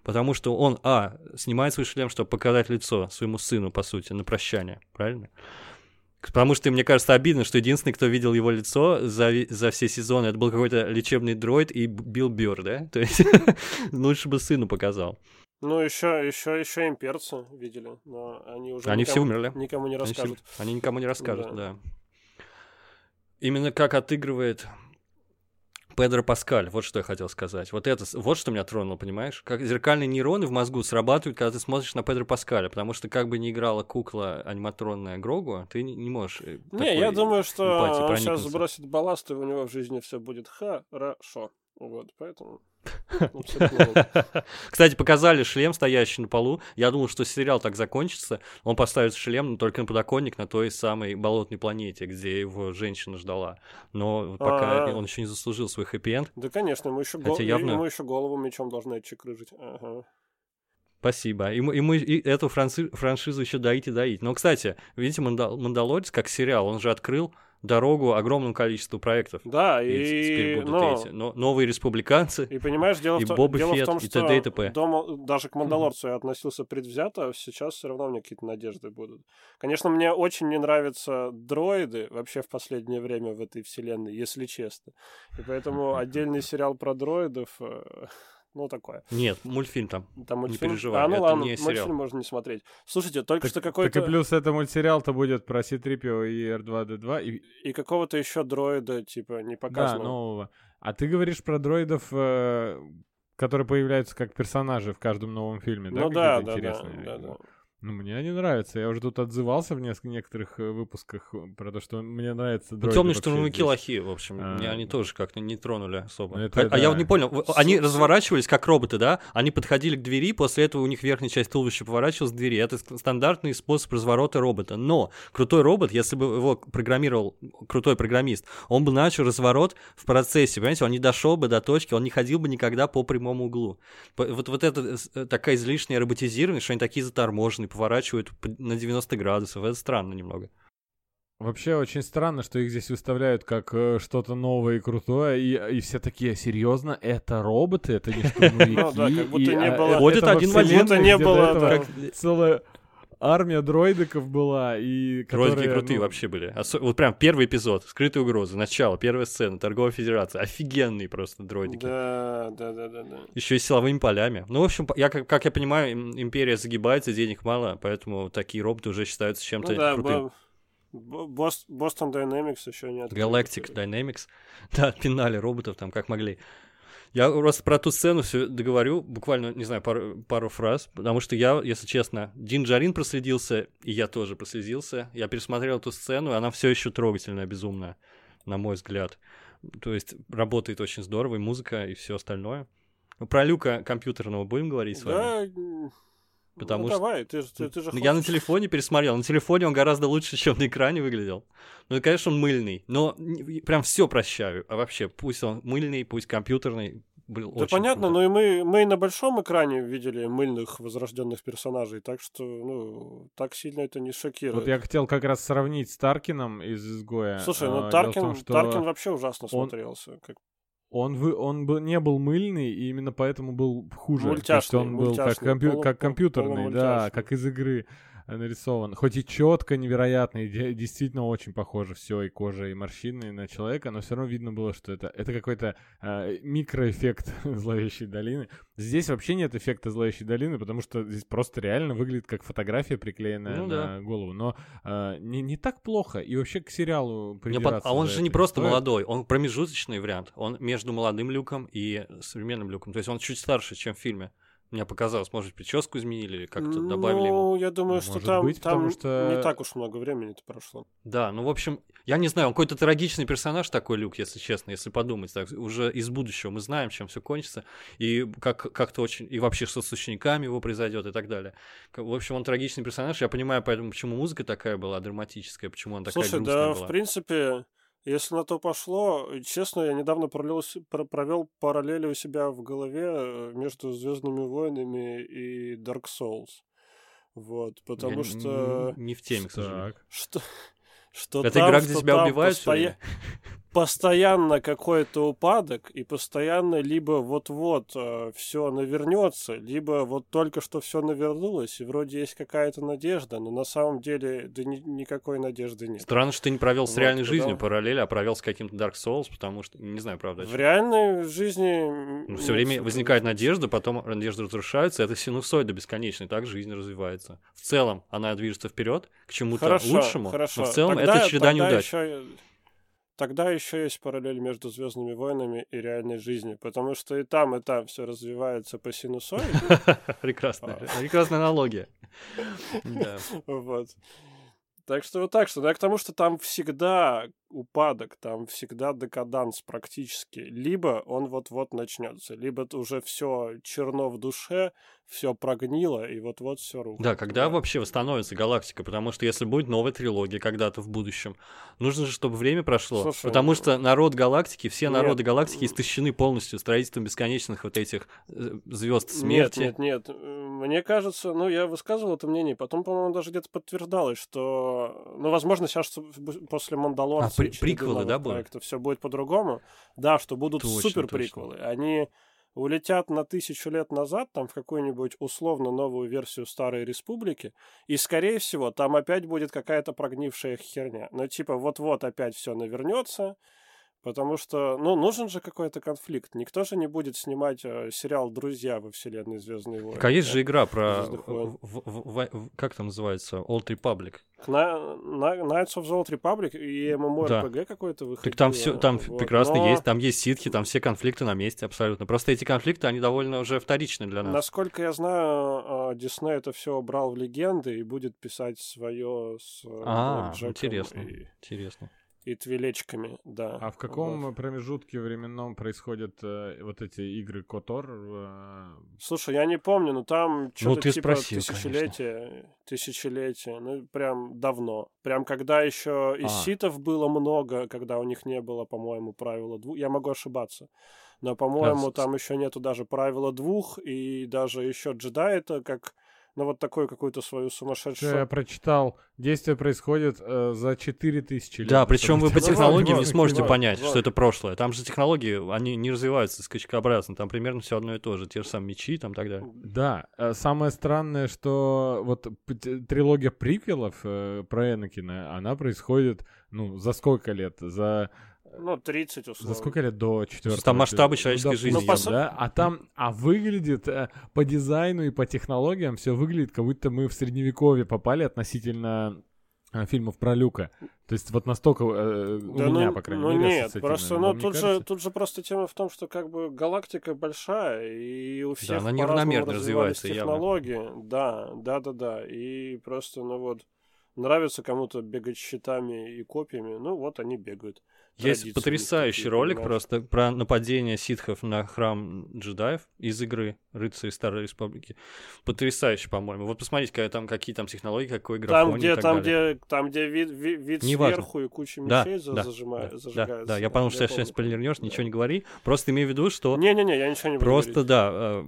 Потому что он, а, снимает свой шлем, чтобы показать лицо своему сыну, по сути, на прощание, правильно? Потому что, мне кажется, обидно, что единственный, кто видел его лицо за, за все сезоны, это был какой-то лечебный дроид и Билл Бёрр, да? То есть лучше бы сыну показал. Ну, еще, еще, еще имперцы видели, но они уже они никому, все умерли. никому не расскажут. Они, все, они никому не расскажут, да. да. Именно как отыгрывает Педро Паскаль, вот что я хотел сказать. Вот это, вот что меня тронуло, понимаешь? Как зеркальные нейроны в мозгу срабатывают, когда ты смотришь на Педро Паскаля, потому что как бы ни играла кукла аниматронная Грогу, ты не, не можешь. Не, я думаю, что он сейчас сбросит балласт, и у него в жизни все будет хорошо. Вот, поэтому... Кстати, показали шлем, стоящий на полу. Я думал, что сериал так закончится. Он поставит шлем только на подоконник на той самой болотной планете, где его женщина ждала. Но пока он еще не заслужил свой хэппи-энд. Да, конечно, ему еще голову мечом должны отчекрыжить. Спасибо. И мы, и мы и эту франши- франшизу еще доить и доить. Но, кстати, видите, Мандал- «Мандалорец» как сериал, он же открыл дорогу огромному количеству проектов. Да, и, и... теперь будут но... эти но, новые республиканцы, и, понимаешь, дело, и в, то... Боба дело Фетт, в том, и что т.д. и т.п. Дома... даже к «Мандалорцу» я относился предвзято, а сейчас все равно у меня какие-то надежды будут. Конечно, мне очень не нравятся дроиды вообще в последнее время в этой вселенной, если честно. И поэтому отдельный сериал про дроидов... Ну, такое. Нет, мультфильм там, там мультфильм? не переживай, а, ну это ладно, не сериал. Мультфильм можно не смотреть. Слушайте, только так, что какой-то... Так и плюс это мультсериал-то будет про си три пи о и эр два ди два. И... и какого-то еще дроида, типа, не показано. Да, нового. А ты говоришь про дроидов, э, которые появляются как персонажи в каждом новом фильме, да? Ну да, да, да, да, да. Ну, мне они нравятся. Я уже тут отзывался в неск- некоторых выпусках про то, что мне нравятся дроиды. Темные штурмовики лохи, в общем. А... Меня они тоже как-то не тронули особо. Это, а, да. а я вот не понял. Они разворачивались как роботы, да? Они подходили к двери, после этого у них верхняя часть туловища поворачивалась к двери. Это стандартный способ разворота робота. Но крутой робот, если бы его программировал крутой программист, он бы начал разворот в процессе, понимаете? Он не дошел бы до точки, он не ходил бы никогда по прямому углу. Вот, вот это такая излишняя роботизированность, что они такие заторможенные, поворачивают на девяносто градусов. Это странно немного. Вообще очень странно, что их здесь выставляют как э, что-то новое и крутое, и, и все такие, серьезно, это роботы, это не штурмовики. Ну да, как будто не было... Ходит один момент, не было... Целая армия дроидиков была, и... Дроидики крутые вообще были. Вот прям первый эпизод, скрытая угроза, начало, первая сцена, торговая федерация. Офигенные просто дроидики. Да, да, да, да. Еще и силовыми полями. Ну, в общем, я, как, как я понимаю, империя загибается, денег мало, поэтому такие роботы уже считаются чем-то ну, да, крутым. Boston Dynamics еще не открыли. Galactic Dynamics. Да, отпинали роботов там как могли. Я просто про ту сцену все договорю, буквально, не знаю, пару, пару фраз, потому что я, если честно, Дин Джарин проследился, и я тоже проследился. Я пересмотрел эту сцену, и она все еще трогательная, безумная, на мой взгляд. То есть работает очень здорово, и музыка, и все остальное. Про Люка компьютерного будем говорить с вами? Да, потому ну, что... давай, ты, ты, ты же хочешь... Я на телефоне пересмотрел, на телефоне он гораздо лучше, чем на экране выглядел. Ну, и, конечно, он мыльный, но прям все прощаю. А вообще, пусть он мыльный, пусть компьютерный, был да очень понятно, круто. но и мы, мы и на большом экране видели мыльных возрожденных персонажей, так что, ну, так сильно это не шокирует. Вот я хотел как раз сравнить с Таркином из «Изгоя». Слушай, ну а, Таркин, том, что Таркин вообще ужасно он... смотрелся. Как... Он, вы, он был, не был мыльный, и именно поэтому был хуже. Мультяшный, он был как, компью, полу, как компьютерный, да, как из игры нарисован. Хоть и четко, невероятно, и де- действительно очень похоже все, и кожа, и морщины на человека, но все равно видно было, что это, это какой-то э, микроэффект зловещей долины. Здесь вообще нет эффекта зловещей долины, потому что здесь просто реально выглядит как фотография, приклеенная ну, на да. голову. Но э, не, не так плохо, и вообще к сериалу придираться. А он же не просто стоит. молодой, он промежуточный вариант. Он между молодым Люком и современным Люком. То есть он чуть старше, чем в фильме. Мне показалось, может, прическу изменили или как-то ну, добавили ему. Ну, я думаю, может что там, быть, там что... не так уж много времени-то прошло. Да, ну, в общем, я не знаю, он какой-то трагичный персонаж такой, Люк, если честно, если подумать. Так, уже из будущего мы знаем, чем все кончится, и как, как-то очень... И вообще, что с учениками его произойдет и так далее. В общем, он трагичный персонаж. Я понимаю, поэтому, почему музыка такая была драматическая, почему она такая Слушай, грустная да, была. в принципе... Если на то пошло, честно, я недавно провел параллели у себя в голове между «Звездными войнами» и Dark Souls. Вот, потому я что... Не в теме, к сожалению. Что, что Это там, игра, где что тебя там убивают постоя... постоянно какой-то упадок, и постоянно либо вот-вот э, все навернется, либо вот только что все навернулось, и вроде есть какая-то надежда, но на самом деле да ни- никакой надежды нет. Странно, что ты не провел с Вот, реальной потому- жизнью параллель, а провел с каким-то Dark Souls, потому что, не знаю, правда. В реальной жизни... Ну, все время возникает надежда, потом надежда разрушается, это синусоида бесконечная, так жизнь развивается. В целом она движется вперед к чему-то Хорошо, лучшему, хорошо. но в целом Тогда- это череда тогда неудач. еще- Тогда еще есть параллель между Звездными войнами и реальной жизнью, потому что и там, и там все развивается по синусоиде. Прекрасная, прекрасная аналогия. Да. Вот. Так что вот так что, да, к тому, что там всегда упадок, там всегда декаданс практически. Либо он вот-вот начнется, либо это уже все черно в душе, все прогнило, и вот-вот все рухнет. Да, когда вообще восстановится галактика, потому что если будет новая трилогия когда-то в будущем, нужно же, чтобы время прошло, Слушай, потому ну, что народ галактики, все нет, народы галактики м. истощены полностью строительством бесконечных вот этих звезд Нет, смерти. нет, нет. Мне кажется, ну, я высказывал это мнение, потом, по-моему, даже где-то подтверждалось, что, ну, возможно, сейчас после «Мандалорца» А, при- приквелы, да, будут? все будет по-другому. Да, что будут Точно, супер приквелы. Они улетят на тысячу лет назад, там, в какую-нибудь условно новую версию Старой Республики, и, скорее всего, там опять будет какая-то прогнившая херня. Ну, типа, вот-вот опять все навернется, потому что, ну, нужен же какой-то конфликт. Никто же не будет снимать э, сериал «Друзья» во вселенной «Звездные войны». Так, а есть же игра про... «Звездных войн». в- в- в- как там называется? Old Republic. На, на, Knights of the Old Republic и MMORPG какой-то выходил. Так там все, там вот, прекрасно но, есть, там есть ситхи, там все конфликты на месте абсолютно. Просто эти конфликты, они довольно уже вторичны для нас. Насколько я знаю, Дисней это все убрал в легенды и будет писать свое с э, А, Блэкджеком интересно, и, интересно. и твилечками, да. А в каком Вот. промежутке временном происходят э, вот эти игры Котор? Э, Слушай, я не помню, но там что-то ты типа спросил, тысячелетие, тысячелетие, ну прям давно. Прям когда еще и А. ситов было много, когда у них не было, по-моему, правила двух. Я могу ошибаться. Но, по-моему, А, с- там еще нету даже правила двух, и даже еще джедай это как, ну вот такую какую-то свою что я сумасшедшую... прочитал, действие происходит э, за четыре тысячи лет. Да, до причем вы по событий. Ну, технологиям вот, не сможете вот, понять, вот. что это прошлое. Там же технологии, они не развиваются скачкообразно, там примерно все одно и то же. Те же самые мечи, там и так далее. Да, э, самое странное, что вот п- т- трилогия приквелов э, про Энакина, она происходит, ну, за сколько лет? За, Ну, тридцать условно. за сколько лет до четвертого? Там масштабы Ну, человеческой допустим, жизни Ну, по су- да? А там, а выглядит э, по дизайну и по технологиям все выглядит, как будто мы в средневековье попали относительно э, фильмов про Люка. То есть вот настолько э, Да, у меня, ну, по крайней ну мере, нет, ассоциативно. просто, Вам ну, не тут же, кажется? тут же просто тема в том, что как бы галактика большая, и у всех она по-разному неравномерно развивались развивается явно. технологии. Да, да, да, да. И просто, ну вот, нравится кому-то бегать щитами и копьями, ну вот они бегают. Есть Традиции у них потрясающий такие, ролик понимаешь? просто про нападение ситхов на храм джедаев из игры «Рыцари Старой Республики». Потрясающий, по-моему. Вот посмотрите, какая там, какие там технологии, какой графон Там, где, и так там, далее. где, там, где вид, ви- вид Неважно. сверху и куча Да, мечей за- да, зажима- да, зажигается. да, да, я подумал, что я сейчас помню. спойлернешь, Да. ничего не говори. Просто имей в виду, что Не-не-не, я ничего не буду просто, говорить. да, э,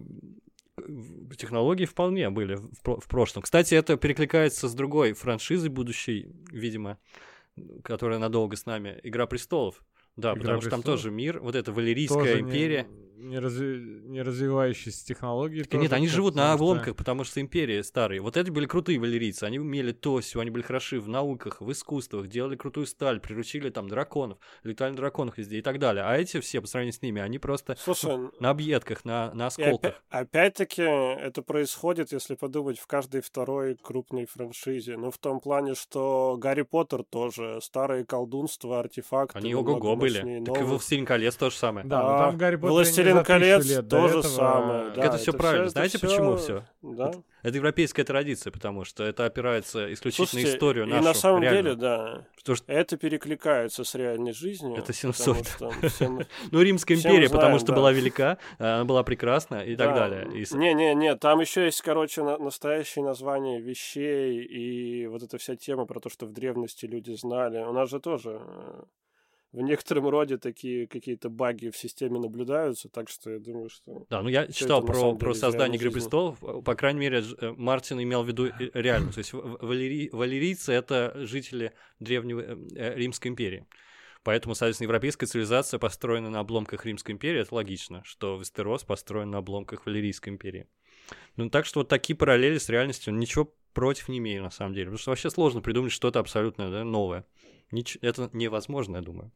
в- технологии вполне были в, про- в прошлом. Кстати, это перекликается с другой франшизой будущей, видимо, которая надолго с нами, «Игра престолов». Да, «Игра потому что там престолов»? тоже мир, вот эта валерийская Тоже не- империя. Не, разви- не развивающиеся технологии. Нет, тоже, они как- живут на потому что- обломках, потому что империи старые. Вот это были крутые валерийцы. Они умели то все, они были хороши в науках, в искусствах, делали крутую сталь, приручили там драконов, летали на драконах везде и так далее. А эти все, по сравнению с ними, они просто Слушай, на объедках, на, на и осколках. опя- опять-таки это происходит, если подумать, в каждой второй крупной франшизе. Ну, в том плане, что Гарри Поттер тоже, старые колдунства, артефакты. Они намного ого-го были. мощнее Так и новых. «Властелин колец» то же самое. Да, но А, там Гарри Поттер «Властелин не за тысячу колец» лет до то же этого- самое, Так да, это все это правильно. всё- Знаете, это почему всё- все? Да. Это, это европейская традиция, потому что это опирается исключительно на Слушайте, историю и нашу. на самом реальную. деле, да, Потому что, это перекликается с реальной жизнью. Это потому синусоида. что все мы- ну, Римская все империя, мы потому знаем, что да. была велика, она была прекрасна и так Да. далее. И с- Не-не-не, там еще есть, короче, на- настоящие названия вещей и вот эта вся тема про то, что в древности люди знали. У нас же тоже э, в некотором роде такие какие-то баги в системе наблюдаются, так что я думаю, что... Да, ну я Всё читал это, на про, самом про деле, из создание реальной «Игры жизни. престолов». По крайней мере, Дж- э, Мартин имел в виду э, реально. То есть в- в- валери- валерийцы — это жители древнего э, э, Римской империи. Поэтому, соответственно, европейская цивилизация построена на обломках Римской империи. Это логично, что Вестерос построен на обломках Валерийской империи. Ну, так что вот такие параллели с реальностью, ничего против не имею, на самом деле. Потому что вообще сложно придумать что-то абсолютно, да, новое. Нич- это невозможно, я думаю.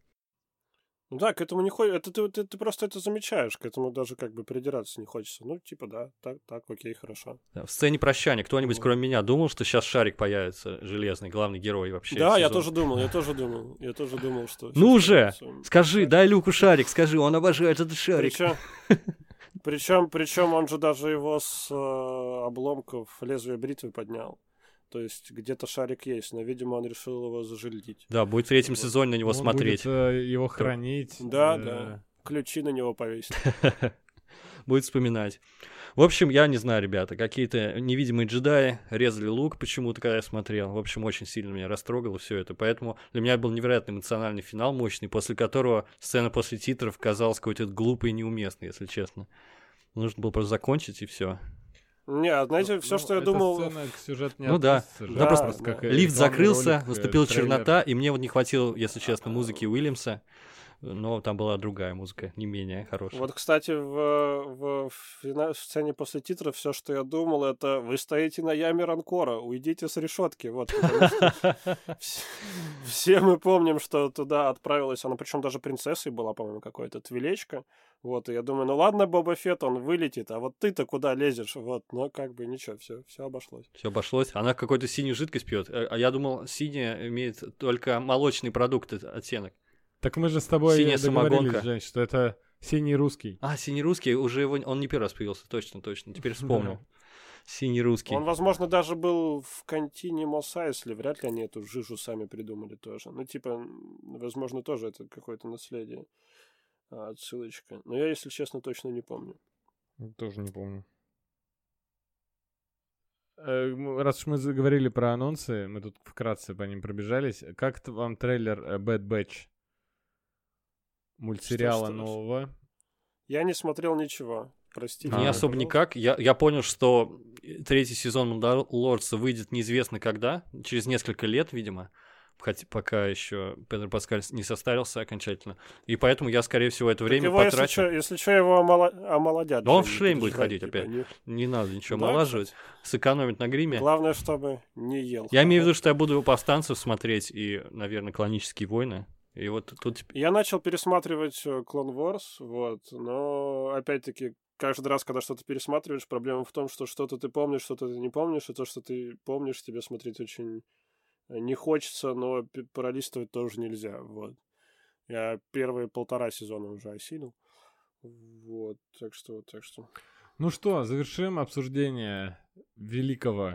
Ну да, к этому не хочется. Это ты, ты, ты просто это замечаешь, к этому даже как бы придираться не хочется. Ну, типа, да, так, так, окей, хорошо. Да, в сцене прощания кто-нибудь, Вот. кроме меня, думал, что сейчас Шарик появится, железный, главный герой вообще. Да, я сезона? тоже думал, я тоже думал. Я тоже думал, что... Ну щас уже! появится. Скажи, Да. дай Люку Шарик, скажи, он обожает этот Шарик. Причем, причем, причем он же даже его с э, обломков лезвия бритвы поднял. То есть где-то шарик есть, но, видимо, он решил его зажильдить. Да, будет в третьем Вот. сезоне на него Он смотреть. будет э, его хранить. Да, э, да. Ключи на него повесить. Будет вспоминать. В общем, я не знаю, ребята, какие-то невидимые джедаи резали лук почему-то, когда я смотрел. В общем, очень сильно меня растрогало все это. Поэтому для меня был невероятно эмоциональный финал, мощный, после которого сцена после титров казалась какой-то глупой и неуместной, если честно. Нужно было просто закончить, и все. Не, а знаете, все, Ну, что я эта думал... сцена к сюжету не Ну да. относится же. Да, Это просто как да. э, Лифт рекламный закрылся, ролик, э, наступила трейлер. чернота, и мне вот не хватило, если честно, музыки Уильямса. Но там была другая музыка, не менее хорошая. Вот, кстати, в, в, фина- в сцене после титров все, что я думал, это вы стоите на яме Ранкора, уйдите с решетки. Вот, потому что вс- все мы помним, что туда отправилась, она причем даже принцессой была, по-моему, какой-то твилечка. Вот, и я думаю, ну ладно, Боба Фетт, он вылетит, а вот ты-то куда лезешь? Вот, но как бы ничего, все, все обошлось. Все обошлось. Она какую-то синюю жидкость пьет. А я думал, синяя имеет только молочный продукт э, оттенок. Так мы же с тобой Синяя договорились, самогонка. Жень, что это синий русский. А, синий русский, уже его, он не первый раз появился, точно, точно. Теперь вспомнил. Синий русский. Он, возможно, даже был в контине Мос Айсли, вряд ли они эту жижу сами придумали тоже. Ну, типа, м, возможно, тоже это какое-то наследие, а, отсылочка. Но я, если честно, точно не помню. Тоже не помню. Э, м, Раз уж мы заговорили про анонсы, мы тут вкратце по ним пробежались. Как т- вам трейлер э, Bad Batch? Мультсериала Что, что? нового. Я не смотрел ничего. Простите. Не А, особо пожалуйста. никак. Я, я понял, что третий сезон Мандалорца выйдет неизвестно когда, через несколько лет, видимо, хотя пока еще Педро Паскаль не состарился окончательно. И поэтому я, скорее всего, это Так время его, если потрачу. что, если что, его омоло- омолодят. Да он Жень, в не шлем будет переживай, ходить типа, опять. не- Не надо ничего Да, омолаживать, сэкономить на гриме. Главное, чтобы не ел. Я имею в виду, что я буду повстанцев смотреть и, наверное, клонические войны. И вот тут Я начал пересматривать э, Clone Wars, вот, но, опять-таки, каждый раз, когда что-то пересматриваешь, проблема в том, что что-то ты помнишь, что-то ты не помнишь, и то, что ты помнишь, тебе смотреть очень не хочется, но п- пролистывать тоже нельзя, вот. Я первые полтора сезона уже осилил, вот, так что, так что... Ну что, завершим обсуждение великого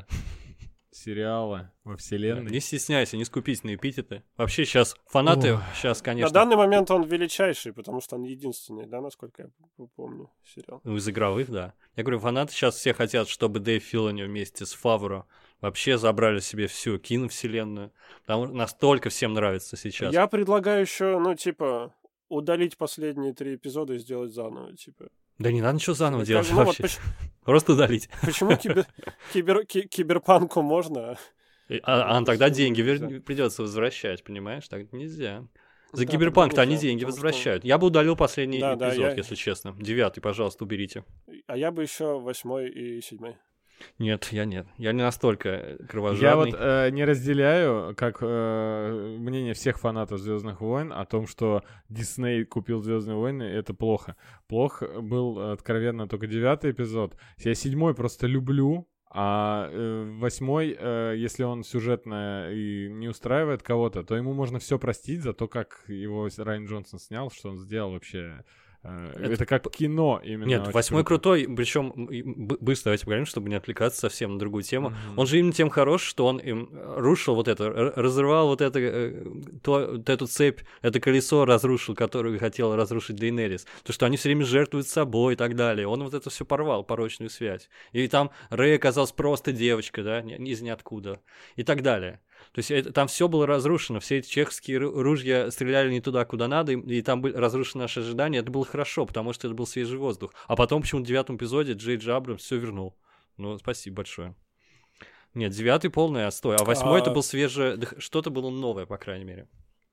сериала во вселенной. не стесняйся, не скупись на эпитеты. Вообще сейчас фанаты, Ой. сейчас, На конечно, данный момент он величайший, потому что он единственный, да, насколько я п- помню, сериал. ну, из игровых, да. Я говорю, фанаты сейчас все хотят, чтобы Дэйв Филони вместе с Фавро вообще забрали себе всю киновселенную. Потому что настолько всем нравится сейчас. Я предлагаю еще, ну, типа, удалить последние три эпизода и сделать заново, типа. Да не надо ничего заново Как- делать ну, вот вообще. поч- Просто удалить. почему кибер- кибер- ки- киберпанку можно? И- А, а тогда Почему деньги нельзя? вер- придется возвращать, понимаешь? Так нельзя. За Да, киберпанк-то тогда они нельзя, деньги потому что- возвращают. Я бы удалил последний Да, да, эпизод, я- если честно. Девятый, пожалуйста, уберите. А я бы еще восьмой и седьмой. Нет, я нет. Я не настолько Я кровожадный. вот э, не разделяю, как э, мнение всех фанатов Звездных войн о том, что Дисней купил Звездные войны, это плохо. Плох был откровенно только девятый эпизод. Я седьмой просто люблю, а э, восьмой, э, если он сюжетно и не устраивает кого-то, то ему можно все простить за то, как его Райан Джонсон снял, что он сделал вообще. Э, Это это, как кино именно. Нет, очень восьмой круто. крутой, причем быстро давайте поговорим, чтобы не отвлекаться совсем на другую тему. Мгм. Он же именно тем хорош, что он им рушил вот это, р- разрывал вот это, э, то, вот эту цепь, это колесо разрушил, которое хотел разрушить Дейенерис. То, что они все время жертвуют собой и так далее. Он вот это все порвал, порочную связь. И там Рэй оказалась просто девочка, да, ни- из ниоткуда. И так далее. То есть это, там все было разрушено, все эти чешские ру- ружья стреляли не туда, куда надо, и, и там были разрушены наши ожидания. Это было хорошо, потому что это был свежий воздух. А потом почему-то в девятом эпизоде Джей Джей Абрамс все вернул. Ну, спасибо большое. Нет, девятый полный отстой, а восьмой А- это был свежее, да, что-то было новое, по крайней мере.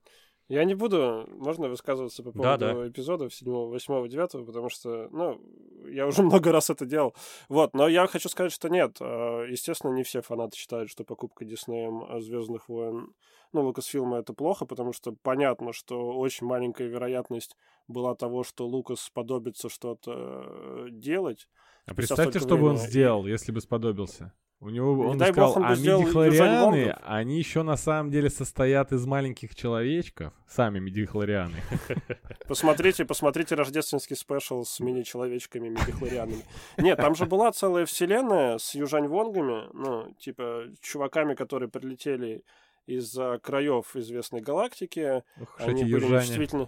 Я не буду, можно высказываться по Да, поводу да. эпизодов седьмого, восьмого, девятого, потому что, ну, я уже много раз это делал. Вот, но я хочу сказать, что нет. э, Естественно, не все фанаты считают, что покупка Диснеем «Звездных войн», ну, Лукасфилма, это плохо, потому что понятно, что очень маленькая вероятность была того, что Лукас сподобится что-то э, делать. А спустя представьте, столько что бы он времени. И- сделал, если бы сподобился. У него, Не он бы дай сказал, бог, он бы а сделал Южань мидихлорианы, Вонгов. они еще на самом деле состоят из маленьких человечков, сами мидихлорианы. Посмотрите, посмотрите рождественский спешл с мини-человечками, мидихлорианами. Нет, там же была целая вселенная с Южань Вонгами, ну, типа, чуваками, которые прилетели из-за краев известной галактики. Ух, Они эти были южане. действительно...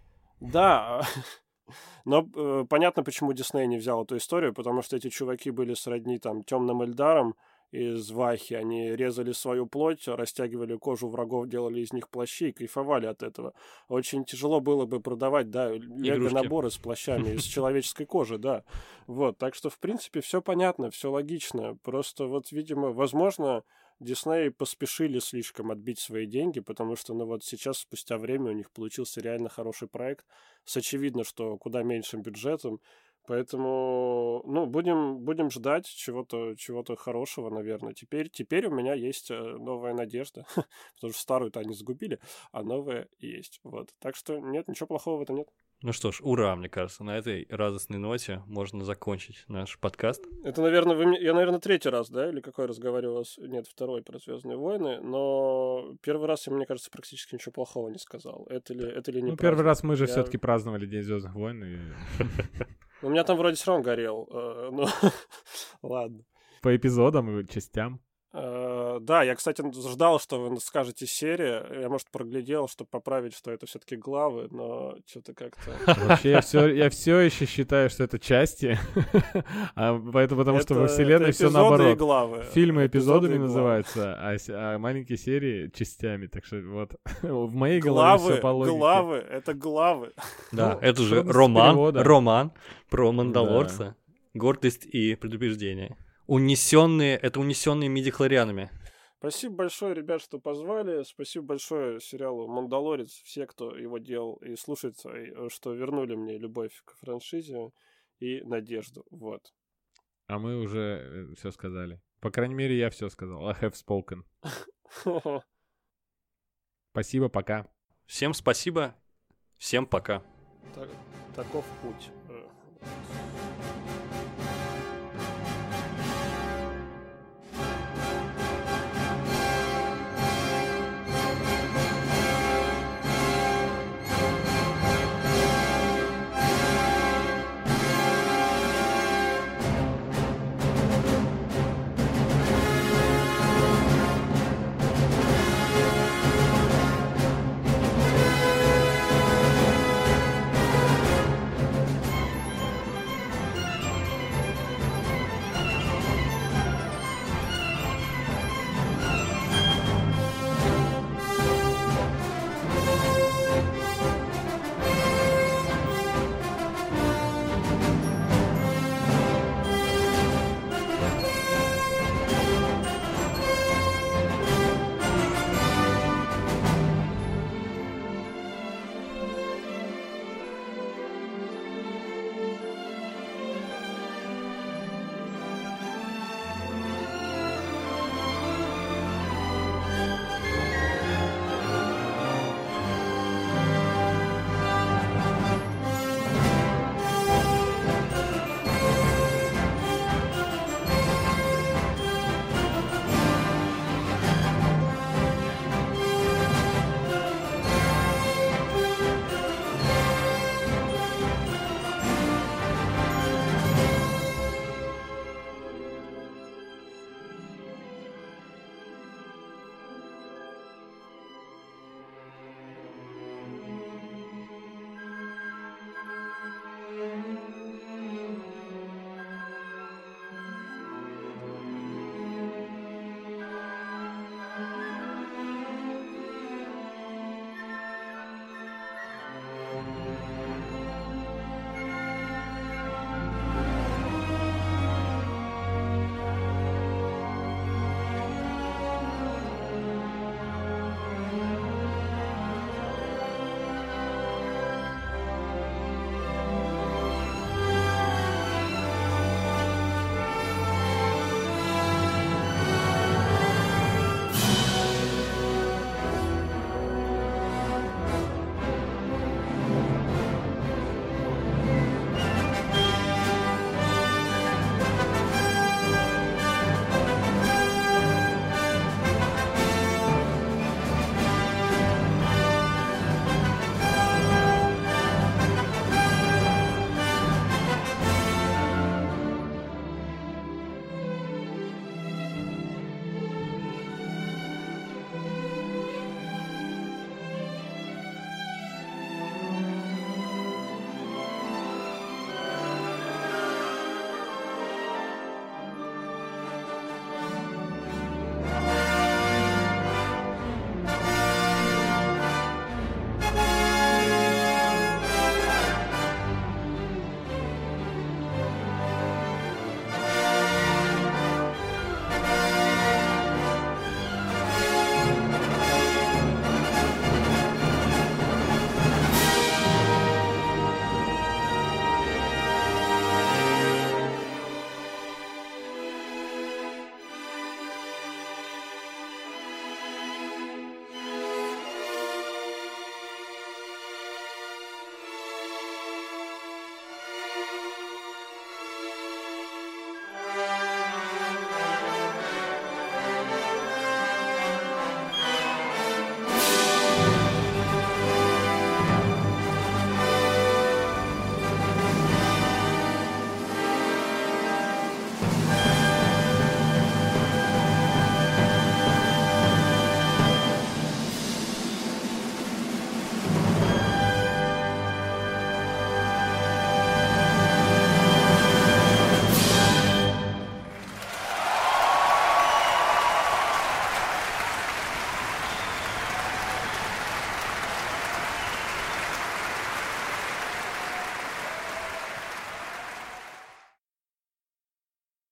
Да, но э, понятно, почему Дисней не взял эту историю, потому что эти чуваки были сродни там темным Эльдарам из Вахи. Они резали свою плоть, растягивали кожу врагов, делали из них плащи и кайфовали от этого. Очень тяжело было бы продавать, да, лего-наборы с плащами из человеческой кожи, да. Вот, так что, в принципе, все понятно, все логично. Просто вот, видимо, возможно, Дисней поспешили слишком отбить свои деньги, потому что, ну вот сейчас, спустя время, у них получился реально хороший проект с очевидно, что куда меньшим бюджетом. Поэтому, ну, будем, будем ждать чего-то, чего-то хорошего, наверное. Теперь, теперь у меня есть э, новая надежда, потому что старую-то они загубили, а новая есть. Вот. Так что нет, ничего плохого в этом нет. Ну что ж, ура, мне кажется. На этой радостной ноте можно закончить наш подкаст. Это, наверное, вы мне... я, наверное, третий раз, да, или какой разговаривал с... Нет, второй про «Звездные войны», но первый раз я, мне кажется, практически ничего плохого не сказал. Это ли, это ли не Ну, первый праздник? раз мы же Я- все-таки праздновали День Звездных войн, и У меня там вроде все равно горел. э, Ну, ладно. по эпизодам и частям. Э, Да, я, кстати, ждал, что вы скажете серия. Я, может, проглядел, чтобы поправить, что это все-таки главы, но что-то как-то... Вообще, я все, я все еще считаю, что это части, а поэтому потому что во Это- вселенной это все эпизоды и наоборот. главы. Фильмы Эпизоды эпизодами и главы. называются, а, с- а маленькие серии частями. Так что вот в моей голове Главы, все по логике. главы, это главы. Да, Ну, это же трудность роман, перевода. роман про Мандалорца. Гордость и предубеждение. Унесенные, это унесенные мидихлорианами. Спасибо большое, ребят, что позвали. Спасибо большое сериалу «Мандалорец», все, кто его делал и слушает, и, что вернули мне любовь к франшизе и надежду. Вот. А мы уже все сказали. По крайней мере, я все сказал. I have spoken. Спасибо, пока. Всем спасибо, всем пока. Так- Таков путь.